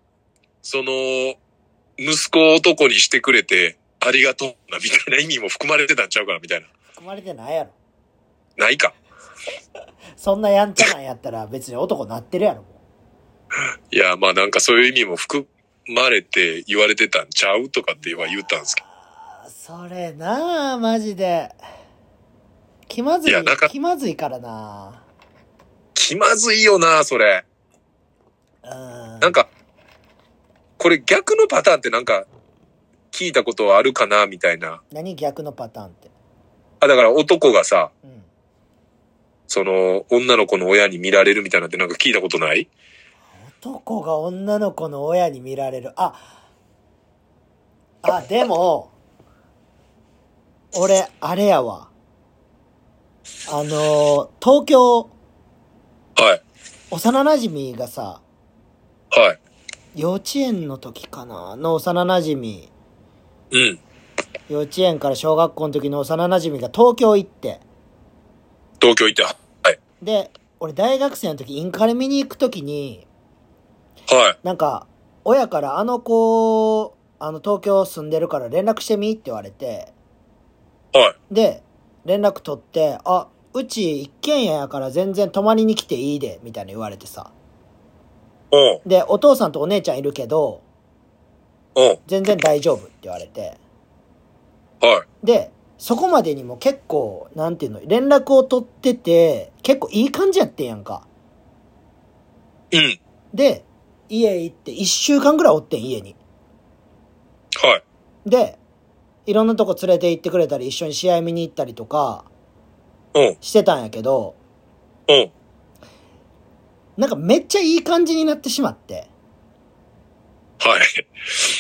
息子を男にしてくれて、ありがとうな、みたいな意味も含まれてたんちゃうかな、みたいな。 含まれてないやろ。 ないか。 そんなやんちゃなんやったら別に男なってるやろ。 いや、まあなんかそういう意味も含まれて言われてたんちゃうとかって言ったんですけど。 それなあ、マジで。気まずいからな。 気まずいよな、それ。なんか、これ逆のパターンってなんか、聞いたことはあるかな、みたいな。 何逆のパターンって。 だから男がさ、女の子の親に見られるみたいなってなんか聞いたことない？ 男が女の子の親に見られる。でも、俺、あれやわ。東京、 はい。 幼馴染がさ、 はい。 幼稚園の時かなの幼馴染。幼稚園から小学校の時の幼馴染が東京行って。 はい。 で、俺大学生の時インカレ見に行く時に、 はい。 なんか、親から子、東京住んでるから連絡してみって言われて、 はい。 で、連絡取って、うち一軒家やから全然泊まりに来ていいで、みたいに言われてさ。で、お父さんとお姉ちゃんいるけど、全然大丈夫って言われて。 はい。 で、そこまでにも結構、なんていうの、連絡を取ってて、結構いい感じやってんやんか。で、家行って1週間ぐらいおってん、家に。 はい。 で、いろんなとこ連れて行ってくれたり、一緒に試合見に行ったりとか、してたんやけど、なんかめっちゃいい感じになってしまって。 はい。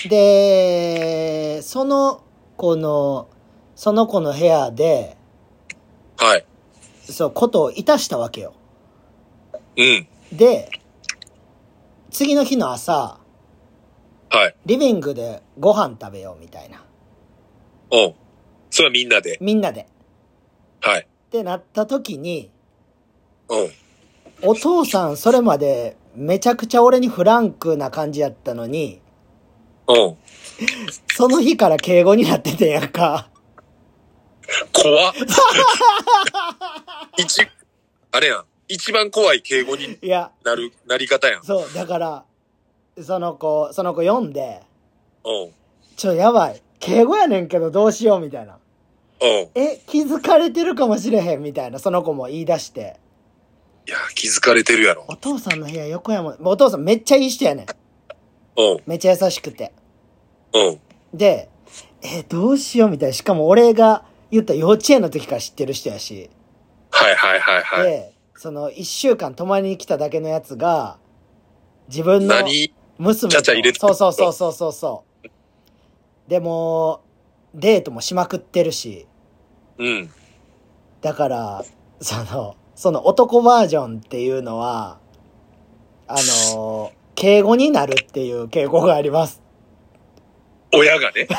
で、その子の部屋で、 はい。 ことをいたしたわけよ。 うん。 で、次の日の朝、 はい。 リビングでご飯食べようみたいな。 それはみんなで。 みんなで。 はい。 ってなった時に、お父さんそれまでめちゃくちゃ俺にフランクな感じやったのに、 うん。 その日から敬語になっててんやんか。 怖っ。あれやん。一番怖い敬語になり方やん。 そう、だから、その子読んで、 うん。 やばい。敬語やねんけどどうしようみたいな。気づかれてるかもしれへんみたいな、その子も言い出して。 いや、気づかれてるやろ。 お父さんの部屋横やもん。お父さんめっちゃいい人やねん。めっちゃ優しくて。で、どうしようみたいな。しかも俺が言った幼稚園の時から知ってる人やし。 はいはいはいはい。 で、その1週間泊まりに来ただけのやつが、自分の娘と。 ちゃちゃ入れてそう。でも、デートもしまくってるし。 うん。 だから、その男バージョンっていうのは、敬語になるっていう傾向があります。 親がね。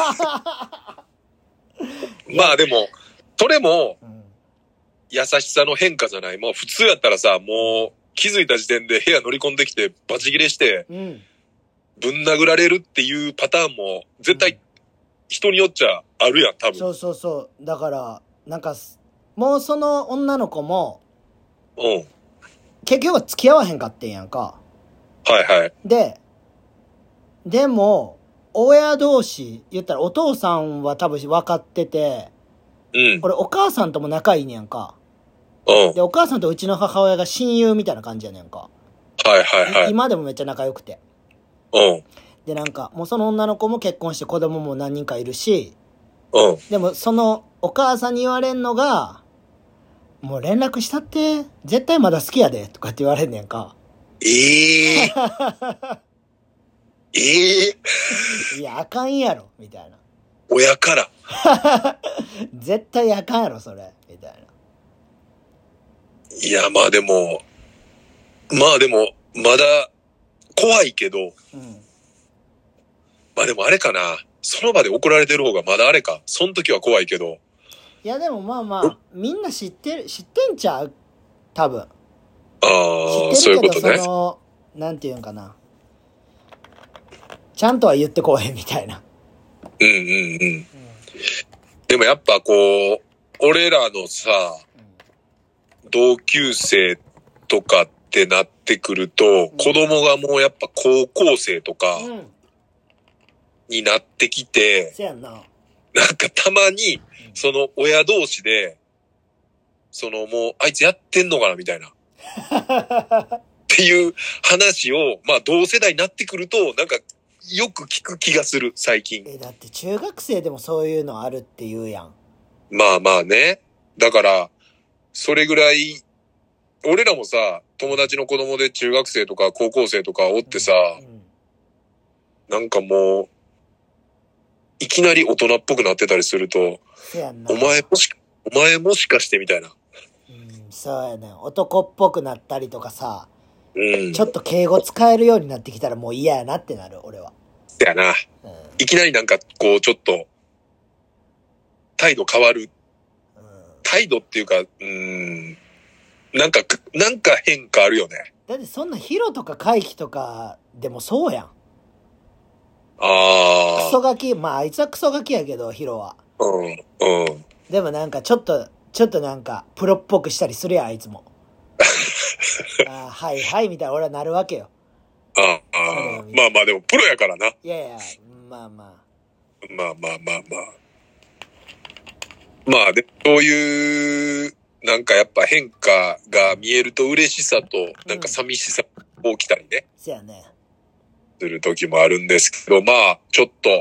まあでも、それも、優しさの変化じゃない。もう普通やったらさ、もう気づいた時点で部屋乗り込んできてバチ切れして、ぶん殴られるっていうパターンも絶対人によっちゃあるやん、多分。 そう。だから、なんか、もうその女の子も、結局は付き合わへんかってんやんか。 はいはい。 でも、親同士、言ったらお父さんは多分分かってて、これお母さんとも仲いいねやんか。で、お母さんとうちの母親が親友みたいな感じやねんか。今でもめっちゃ仲良くて。で、なんか、もうその女の子も結婚して子供も何人かいるし、でもそのお母さんに言われんのが、もう連絡したって、絶対まだ好きやで、とかって言われんねんか。いや、あかんやろ、みたいな。 親から絶対あかんやろ、それ、みたいな。 いや、まあでも、まだ怖いけど、まあでもあれかな。その場で怒られてる方がまだあれか。その時は怖いけど。 いやでもまあ、みんな知ってんちゃう？多分。 そういうことね。 なんていうんかな。ちゃんとは言ってこへんみたいな。 でもやっぱこう、俺らのさ、同級生とかってなってくると、子供がもうやっぱ高校生とかになってきて、なんかたまに、その親同士で、もうあいつやってんのかなみたいな。っていう話を、まあ同世代になってくると、なんかよく聞く気がする、最近。 だって中学生でもそういうのあるって言うやん。 まあまあね。だから、それぐらい、俺らもさ、友達の子供で中学生とか高校生とかおってさ、なんかもう、いきなり大人っぽくなってたりすると、お前もしかしてみたいな。 そうやね。男っぽくなったりとかさ、ちょっと敬語使えるようになってきたらもう嫌やなってなる、俺は。 そやな。いきなりなんかこうちょっと、態度変わる。態度っていうか、なんか変化あるよね。 だってそんなヒロとかカイキとかでもそうやん。クソガキ、まああいつはクソガキやけど、ヒロは。でもなんかちょっとなんかプロっぽくしたりするやん、あいつも。はいはいみたいな俺はなるわけよ。 まあまあでもプロやからな。 いやまあ。 まあでそういうなんかやっぱ変化が見えると嬉しさとなんか寂しさが起きたりね。 そうやね。 する時もあるんですけど、まあちょっと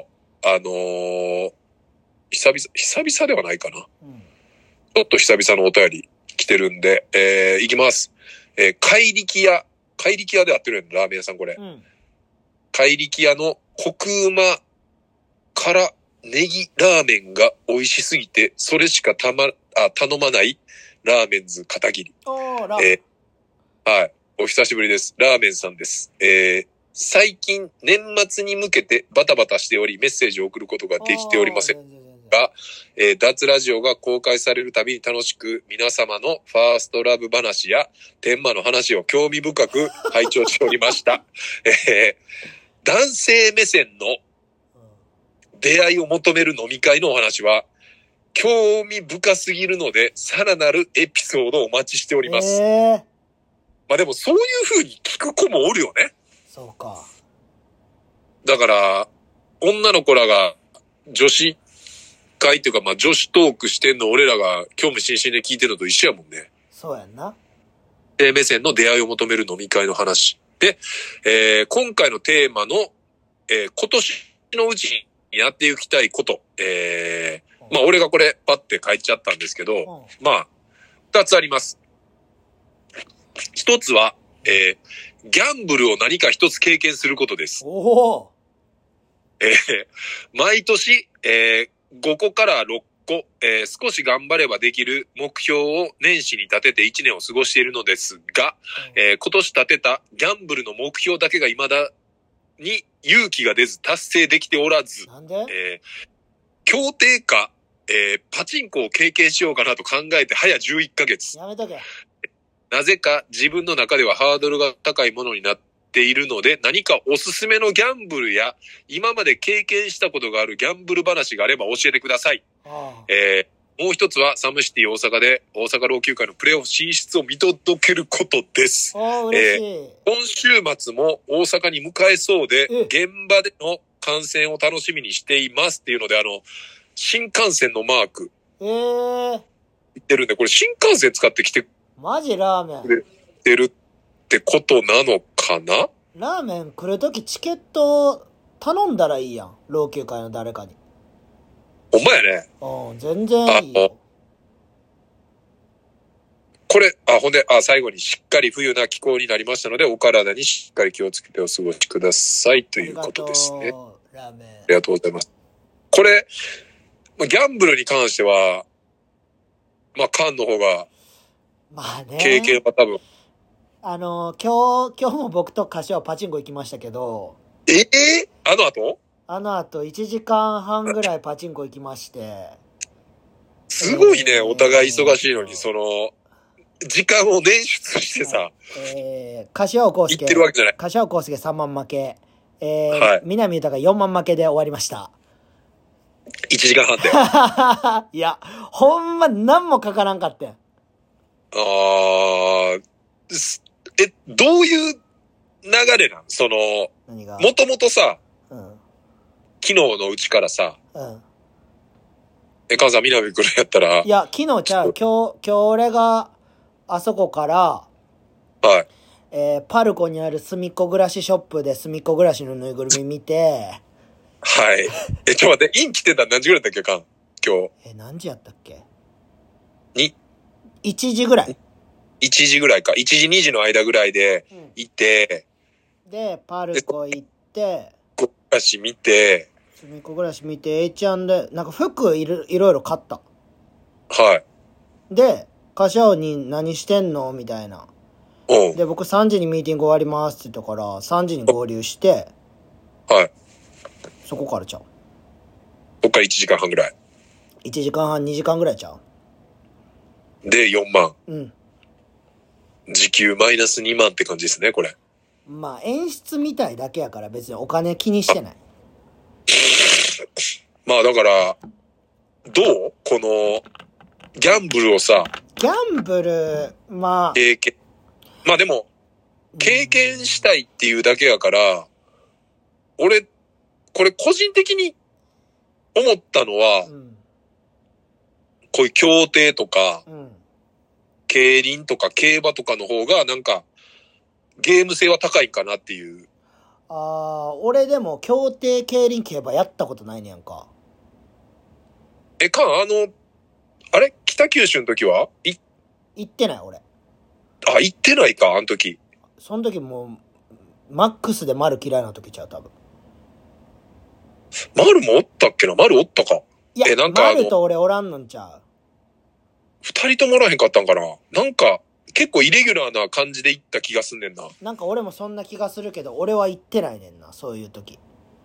久々ではないかな。ちょっと久々のお便り来てるんで、いきます。怪力屋で合ってるやん、ラーメン屋さんこれ。怪力屋のコクうま辛ネギラーメンが美味しすぎて、それしか頼まないラーメンズ片桐。はい。お久しぶりです。ラーメンさんです。最近年末に向けてバタバタしておりメッセージを送ることができておりませんが、脱ラジオが公開されるたびに楽しく皆様のファーストラブ話や天満の話を興味深く拝聴しておりました。 男性目線の出会いを求める飲み会のお話は、興味深すぎるので、さらなるエピソードをお待ちしております。まあでもそういう風に聞く子もおるよね。 そうか。 だから、女の子らが女子会っていうか、まあ女子トークしてんの俺らが興味津々で聞いてるのと一緒やもんね。 そうやんな。 目線の出会いを求める飲み会の話。で、今回のテーマの、今年のうちにやっていきたいこと。まあ俺がこれパッて書いちゃったんですけど、まあ、二つあります。一つは、ギャンブルを何か一つ経験することです。 お毎年、5個から6個、少し頑張ればできる目標を年始に立てて1年を過ごしているのですが、今年立てたギャンブルの目標だけが未だに勇気が出ず達成できておらず、 なんで？ 競艇か、パチンコを経験しようかなと考えて早11ヶ月。 やめとけ。 なぜか自分の中ではハードルが高いものになっているので、何かおすすめのギャンブルや今まで経験したことがあるギャンブル話があれば教えてください。もう一つはサムシティ大阪で大阪老朽会のプレーオフ進出を見届けることです。 嬉しい。 今週末も大阪に向かえそうで、現場での観戦を楽しみにしていますっていうので、新幹線のマーク。言ってるんで、これ新幹線使ってきてマジラーメン出るってことなのかな？ ラーメン来るときチケット頼んだらいいやん。老朽会の誰かに。 ほんまやね。 全然いいよ。 これ、ほんで、最後にしっかり冬な気候になりましたので、お体にしっかり気をつけてお過ごしくださいということですね。 ラーメン。 ありがとうございます。これ、ギャンブルに関しては、まあ、カンの方が、 まあね。 経験は多分。 今日も僕と柏パチンコ行きましたけど。 あの後 1時間半ぐらいパチンコ行きまして。 すごいね、お互い忙しいのに、時間を捻出してさ。 柏尾康介。 行ってるわけじゃない。 柏尾康介3万負け。 はい。 南豊4万負けで終わりました。 1時間半で。 いや、ほんま何もかからんかったん。 どういう流れなん？ 何が？ もともとさ、昨日のうちからさ、母さん南くんやったら。 いや、昨日ちゃう。今日俺が、あそこから、 はい。 パルコにある隅っこ暮らしショップで隅っこ暮らしのぬいぐるみ見て、 はい。ちょっと待って、イン来てた何時ぐらいだっけか今日。 何時やったっけ ？1 時ぐらい。 1時ぐらいか。1時2時の間ぐらいで行って、 で、パルコ行って、 暮らし見て、 隅っこ暮らし見て、A ちゃんで、なんか服いろいろ買った。 はい。 で、柏尾に何してんのみたいな。で、僕3時にミーティング終わりますって言ったから、3時に合流して、 はい。 そこからちゃう。 そっから1時間半ぐらい。 1時間半、2時間ぐらいちゃう。 で、4万。 うん。 時給マイナス2万って感じですね、これ。 まあ、演出みたいだけやから別にお金気にしてない。 まあ、だから、どう？この、ギャンブルをさ。 ギャンブル、まあ。 経験。まあでも、経験したいっていうだけやから、俺、これ個人的に思ったのは、こういう競艇とか、競輪とか競馬とかの方がなんか、ゲーム性は高いかなっていう。 俺でも競艇競輪競馬やったことないねやんか。 あれ北九州の時は行ってない俺。 行ってないか、あの時。 その時もう、マックスで丸嫌いな時ちゃう、多分。 丸もおったっけな？丸おったか。 いや、なんか丸と俺おらんのんちゃう。 二人ともおらへんかったんかな。なんか、結構イレギュラーな感じで行った気がすんねんな。 なんか俺もそんな気がするけど、俺は行ってないねんな、そういう時。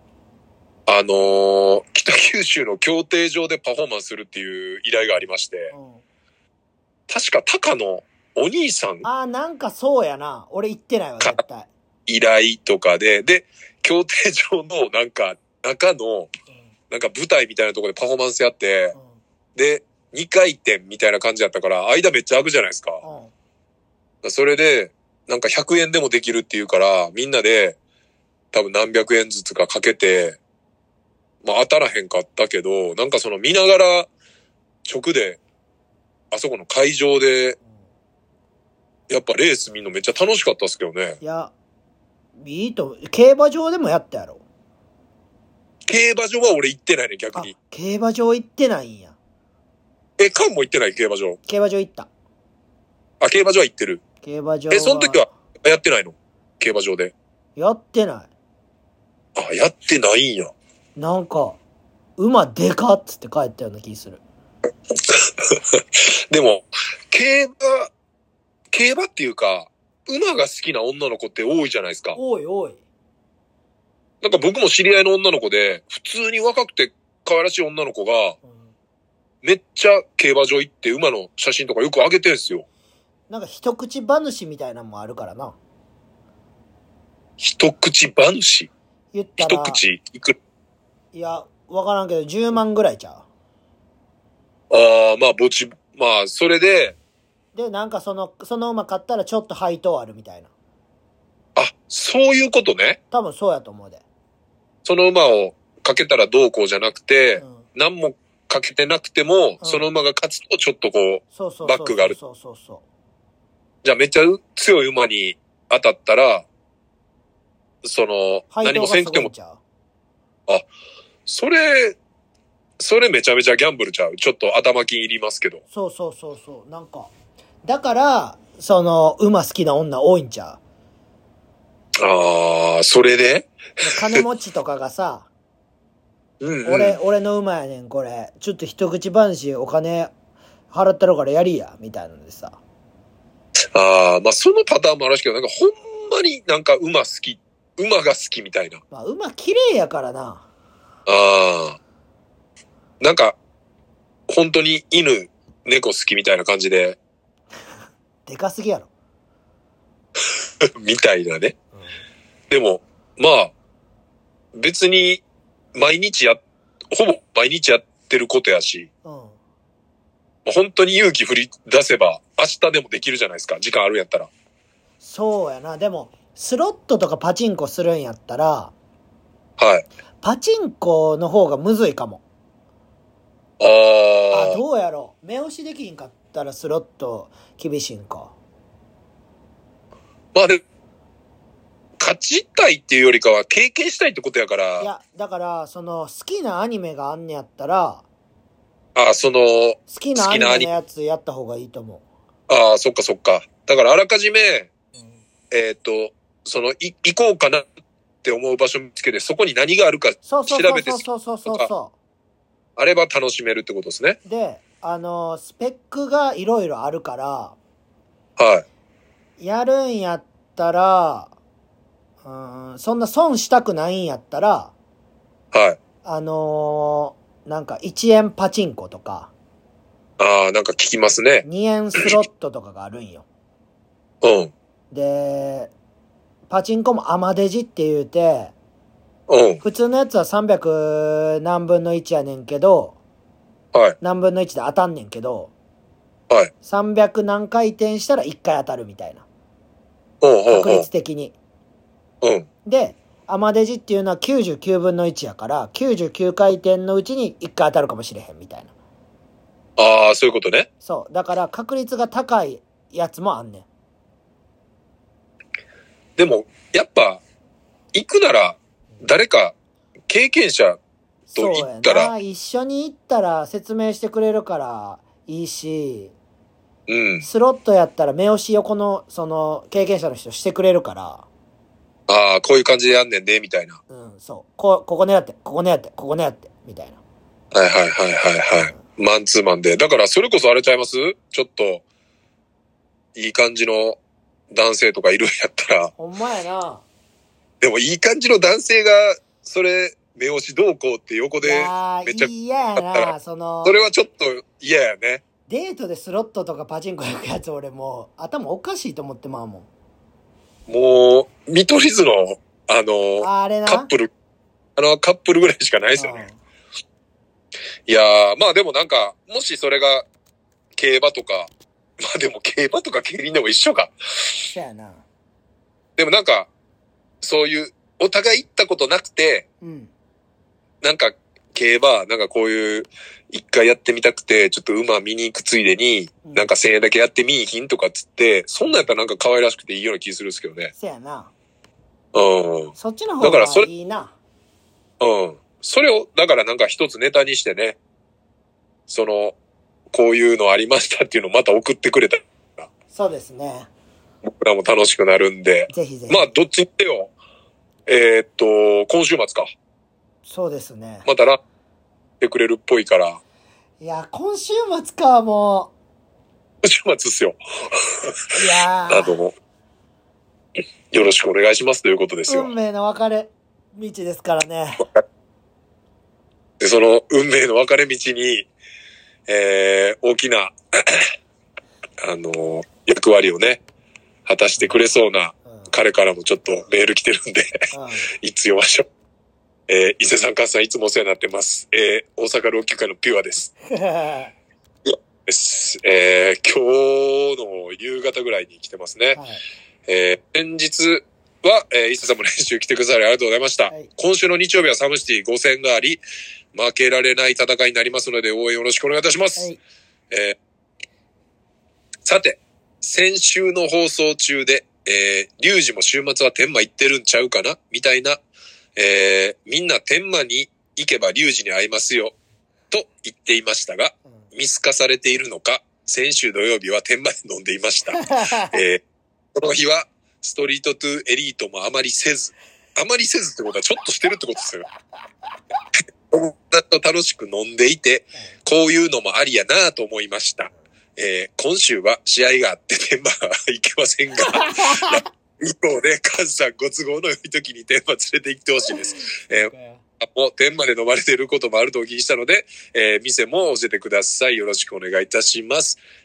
北九州の競艇場でパフォーマンスするっていう依頼がありまして。確か高野お兄さん。 なんかそうやな。俺行ってないわ、絶対。 依頼とかで、 競艇場のなんか、中の、なんか舞台みたいなところでパフォーマンスやって、で、2回転みたいな感じだったから、間めっちゃ空くじゃないですか。それで、なんか100円でもできるっていうから、みんなで、多分何百円ずつかかけて、まあ当たらへんかったけど、なんかその見ながら、直で、あそこの会場で、やっぱレース見るのめっちゃ楽しかったっすけどね。 いや、いいと、競馬場でもやったやろ。 競馬場は俺行ってないね、逆に。 競馬場行ってないんや。 カンも行ってない競馬場。 競馬場行った。 競馬場は行ってる。 競馬場は。 その時はやってないの？競馬場で。 やってない。 やってないんや。 なんか、馬でかっつって帰ったような気する。 でも、競馬っていうか、馬が好きな女の子って多いじゃないですか。 多い。 なんか僕も知り合いの女の子で、普通に若くて可愛らしい女の子が、めっちゃ競馬場行って馬の写真とかよく上げてるんですよ。 なんか一口馬主みたいなのもあるからな。 一口馬主？ 言ったら。 一口いく？ いや、わからんけど10万ぐらいちゃう。 まあ、それで。 で、なんかその馬買ったらちょっと配当あるみたいな。 そういうことね。 多分そうやと思うで。 その馬をかけたらどうこうじゃなくて、何もかけてなくても、その馬が勝つとちょっとこう、バックがある。 そう。 じゃあめっちゃ強い馬に当たったら、何もせんくても。それめちゃめちゃギャンブルちゃう。ちょっと頭金いりますけど。 そう。なんか。だから、馬好きな女多いんちゃう？ それで金持ちとかがさ、俺の馬やねん、これ。ちょっと一口話お金払ってるからやりや、みたいなのでさ。 まあそのパターンもあるしけど、なんかほんまになんか馬が好きみたいな。 まあ馬綺麗やからな。 なんか、本当に犬、猫好きみたいな感じで。 でかすぎやろ。 みたいなね。でも、まあ、別に、ほぼ毎日やってることやし、本当に勇気振り出せば、明日でもできるじゃないですか、時間あるんやったら。 そうやな。でも、スロットとかパチンコするんやったら、パチンコの方がむずいかも。どうやろう。目押しできひんかったらスロット厳しいんか。 まあで、勝ちたいっていうよりかは経験したいってことやから。 いや、だから、好きなアニメがあんねやったら、 好きなアニメのやつやった方がいいと思う。そっか。だからあらかじめ、行こうかなって思う場所見つけて、そこに何があるか調べて、あれば楽しめるってことですね。 で、スペックがいろいろあるから、やるんやったら、そんな損したくないんやったら、なんか1円パチンコとか、 なんか聞きますね。 2円スロットとかがあるんよ。で、パチンコもアマデジって言うて、普通のやつは300何分の1やねんけど、何分の1で当たんねんけど、300何回転したら1回当たるみたいな。確率的に。で、アマデジっていうのは99分の1やから、99回転のうちに1回当たるかもしれへんみたいな。 そういうことね。 そう。だから確率が高いやつもあんねん。 でも、やっぱ、行くなら、誰か経験者と行ったら。 一緒に行ったら説明してくれるからいいし、スロットやったら目押し横の経験者の人してくれるから。 こういう感じでやんねんで、みたいな。 そう。ここ狙って、ここ狙って、ここ狙って、みたいな。 マンツーマンで。だからそれこそあれちゃいます？ちょっと、いい感じの男性とかいるんやったら。 ほんまやな。 でもいい感じの男性が、それ、目押しどうこうって横でめっちゃ嫌やな。それはちょっと嫌やね。 デートでスロットとかパチンコ行くやつ俺もう頭おかしいと思ってまうもん。 もう、見取り図の、 あれな。 カップルぐらいしかないですよね。いやー、まあでもなんか、もしそれが、競馬とか、まあでも競馬とか競輪でも一緒か。 そやな。 でもなんか、そういう、お互い行ったことなくて、なんか、競馬、なんかこういう、一回やってみたくて、ちょっと馬見に行くついでに、なんか1000円だけやってみいひんとかっつって、そんなんやったらなんか可愛らしくていいような気するんですけどね。 そやな。 そっちの方がいいな。 それを、だからなんか一つネタにしてね、こういうのありましたっていうのをまた送ってくれたら。 そうですね。 僕らも楽しくなるんで。 ぜひぜひ。 まあ、どっちにせよ、今週末か。 そうですね。 またってくれるっぽいから。 いや、今週末か、もう。今週末っすよ。 いやよろしくお願いしますということですよ。 運命の分かれ道ですからね。 で、その運命の分かれ道に、大きな、役割をね、果たしてくれそうな、彼からもちょっとメール来てるんで、いつ読ましょう。伊勢さん、カさん、いつもお世話になってます。大阪老朽化のピュアです。です。今日の夕方ぐらいに来てますね。先日は、伊勢さんも練習来てくださりありがとうございました。今週の日曜日はサムシティ5戦があり、負けられない戦いになりますので、応援よろしくお願いいたします。さて、先週の放送中で、リュウジも週末は天満行ってるんちゃうかなみたいな、みんな天満に行けばリュウジに会いますよ、と言っていましたが、見透かされているのか、先週土曜日は天満で飲んでいました。この日は、ストリートトゥエリートもあまりせずってことはちょっとしてるってことですよ。友達と楽しく飲んでいて、こういうのもありやなと思いました。今週は試合があって天満は行けませんが、一方でカズさんご都合の良い時に天満連れて行ってほしいです。もう天満で飲まれていることもあるとお聞きしたので、店も教えてください。よろしくお願いいたします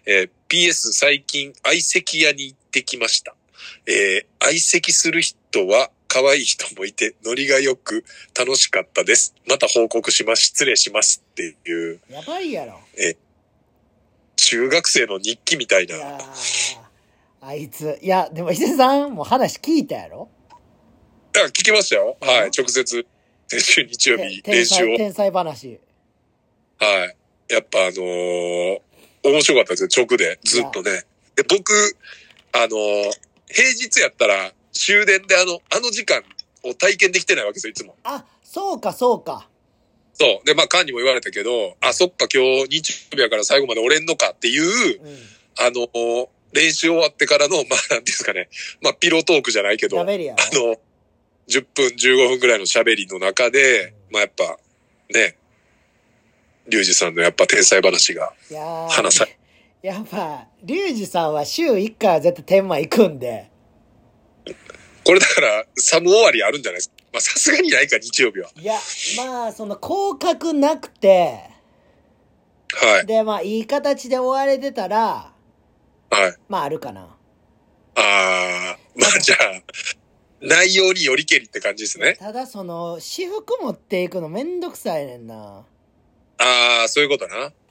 。PS 最近相席屋に行ってきました。相席する人は可愛い人もいてノリが良く楽しかったです。また報告します。失礼しますっていう。 やばいやろ。 中学生の日記みたいな。 いやあいつ、いや、でも伊勢さんも話聞いたやろ？ 聞きましたよ。はい。直接、先週日曜日練習を。 天才話。 はい。やっぱ面白かったですよ。直で。ずっとね。で、僕、平日やったら終電であの時間を体験できてないわけですよ、いつも。 あ、そうか、そうか。 そう。で、まあ、カンにも言われたけど、そっか、今日日曜日やから最後まで折れんのかっていう、練習終わってからの、まあ、なんていうんですかね。まあ、ピロートークじゃないけど、10分、15分ぐらいの喋りの中で、まあ、やっぱ、ね、リュウジさんのやっぱ天才話が話され。 やっぱ、リュウジさんは週1回は絶対天満行くんで。 これだから、サム終わりあるんじゃないですか。まあ、さすがにないか、日曜日は。 いや、まあ、降格なくて、 はい。 で、まあ、いい形で終われてたら、 はい。 まあ、あるかな。 まあ、じゃあ、内容によりけりって感じですね。 ただ、私服持っていくのめんどくさいねんな。 そういうことな。 うん。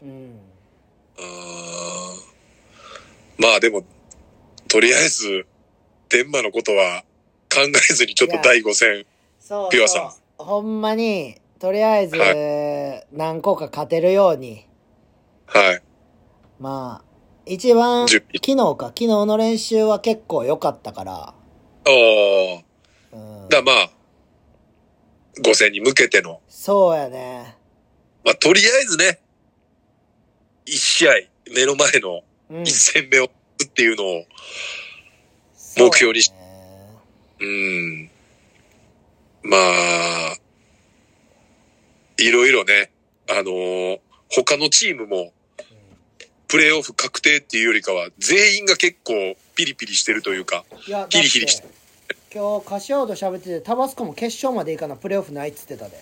まあ、でも、とりあえず、天満のことは考えずにちょっと第5戦。 そうピュアさん。 ほんまに、とりあえず、何個か勝てるように。 はい。 まあ、一番、昨日の練習は結構良かったから。 まあ、5戦に向けての。 そうやね。 まあ、とりあえずね、1試合、目の前の1戦目を打つっていうのを目標にして、まあ、いろいろね、他のチームも、プレーオフ確定っていうよりかは、全員が結構ピリピリしてるというか、ヒリヒリしてる。 今日、柏と喋ってて、タバスコも決勝まで行かな、プレーオフないっつってたで。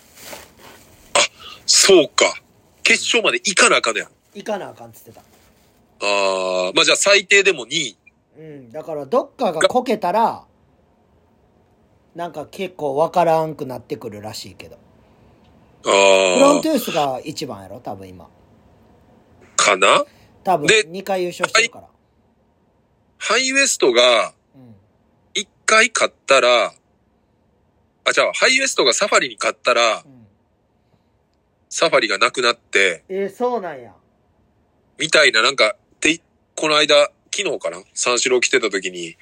そうか。決勝まで行かなあかんねや。 行かなあかんっつってた。 まあじゃあ最低でも2位。 だからどっかがこけたら、 なんか結構わからんくなってくるらしいけど。 フロントゥースが一番やろ多分今。 かな多分。2回優勝してるから。 ハイウエストが、1回勝ったら、じゃあ、ハイウエストがサファリに勝ったら、サファリがなくなって。 そうなんや。 みたいな、なんか、この間、昨日かな三四郎来てた時に。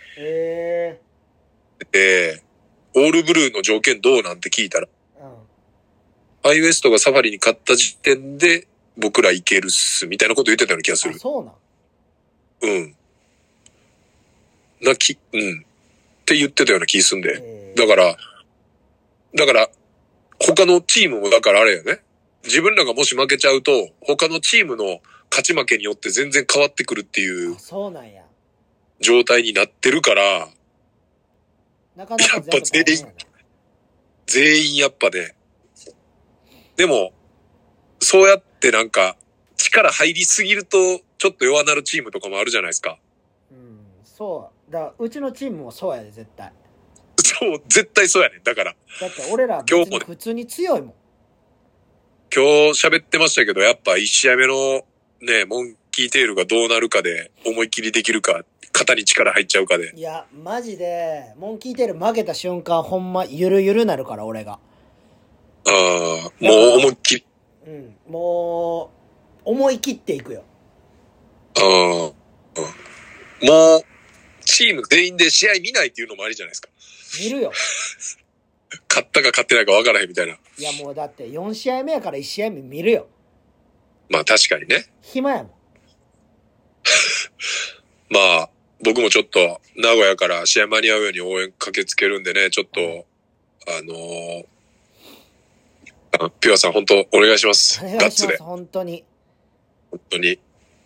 オールブルーの条件どうなんて聞いたら。ハイウエストがサファリに勝った時点で、僕らいけるっす、みたいなこと言ってたような気がする。 そうなん？ うん。って言ってたような気すんで。だから、他のチームもだからあれよね。自分らがもし負けちゃうと、他のチームの勝ち負けによって全然変わってくるっていう状態になってるから、 なかなかやっぱ全員やっぱね。でも、そうやってなんか力入りすぎるとちょっと弱なるチームとかもあるじゃないですか。 そう。だからうちのチームもそうやで絶対。 そう、絶対そうやねん。だから。 だって俺ら別に普通に強いもん。 今日喋ってましたけど、やっぱ1試合目のね、モンキーテールがどうなるかで、思いっきりできるか、肩に力入っちゃうかで。 いや、マジで、モンキーテール負けた瞬間、ほんま、ゆるゆるなるから、俺が。 もう思いっきり。 もう、思い切っていくよ。 もう、チーム全員で試合見ないっていうのもありじゃないですか。 見るよ。 勝ったか勝ってないか分からへんみたいな。 いやもうだって4試合目やから1試合目見るよ。 まあ確かにね。 暇やもん。 まあ僕もちょっと名古屋から試合間に合うように応援駆けつけるんでね、ちょっとピュアさん本当お願いします。 お願いします。ガッツで。本当に。 本当に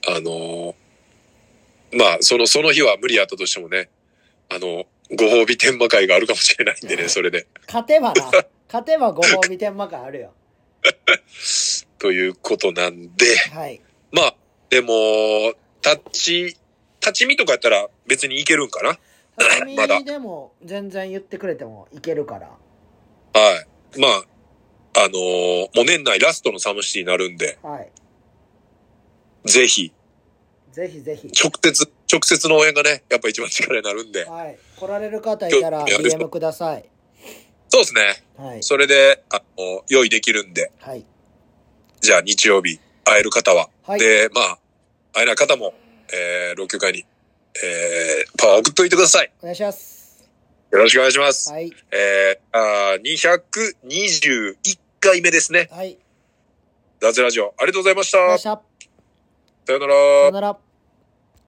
まあその日は無理やったとしてもね、ご褒美天満会があるかもしれないんでね、それで。 勝てばご褒美天満会あるよ。 ということなんで、 はい。 まあ、でも、立ち見とかやったら別にいけるんかな？ 立ち見でも全然言ってくれてもいけるから。 はい。まあ、もう年内ラストのサムシティになるんで、 はい。 ぜひ。 ぜひ。 直接の応援がね、やっぱ一番力になるんで。 はい。来られる方いたら DM ください。 そうですね。はい。それで、用意できるんで。 はい。 じゃあ日曜日、会える方は。はい。で、まあ、会えない方も、老朽会に、パワー送っといてください。 お願いします。 よろしくお願いします。 はい。 221回目ですね。 はい。 ダズラジオ、ありがとうございました。 ありがとうございました。 さよなら。 さよなら。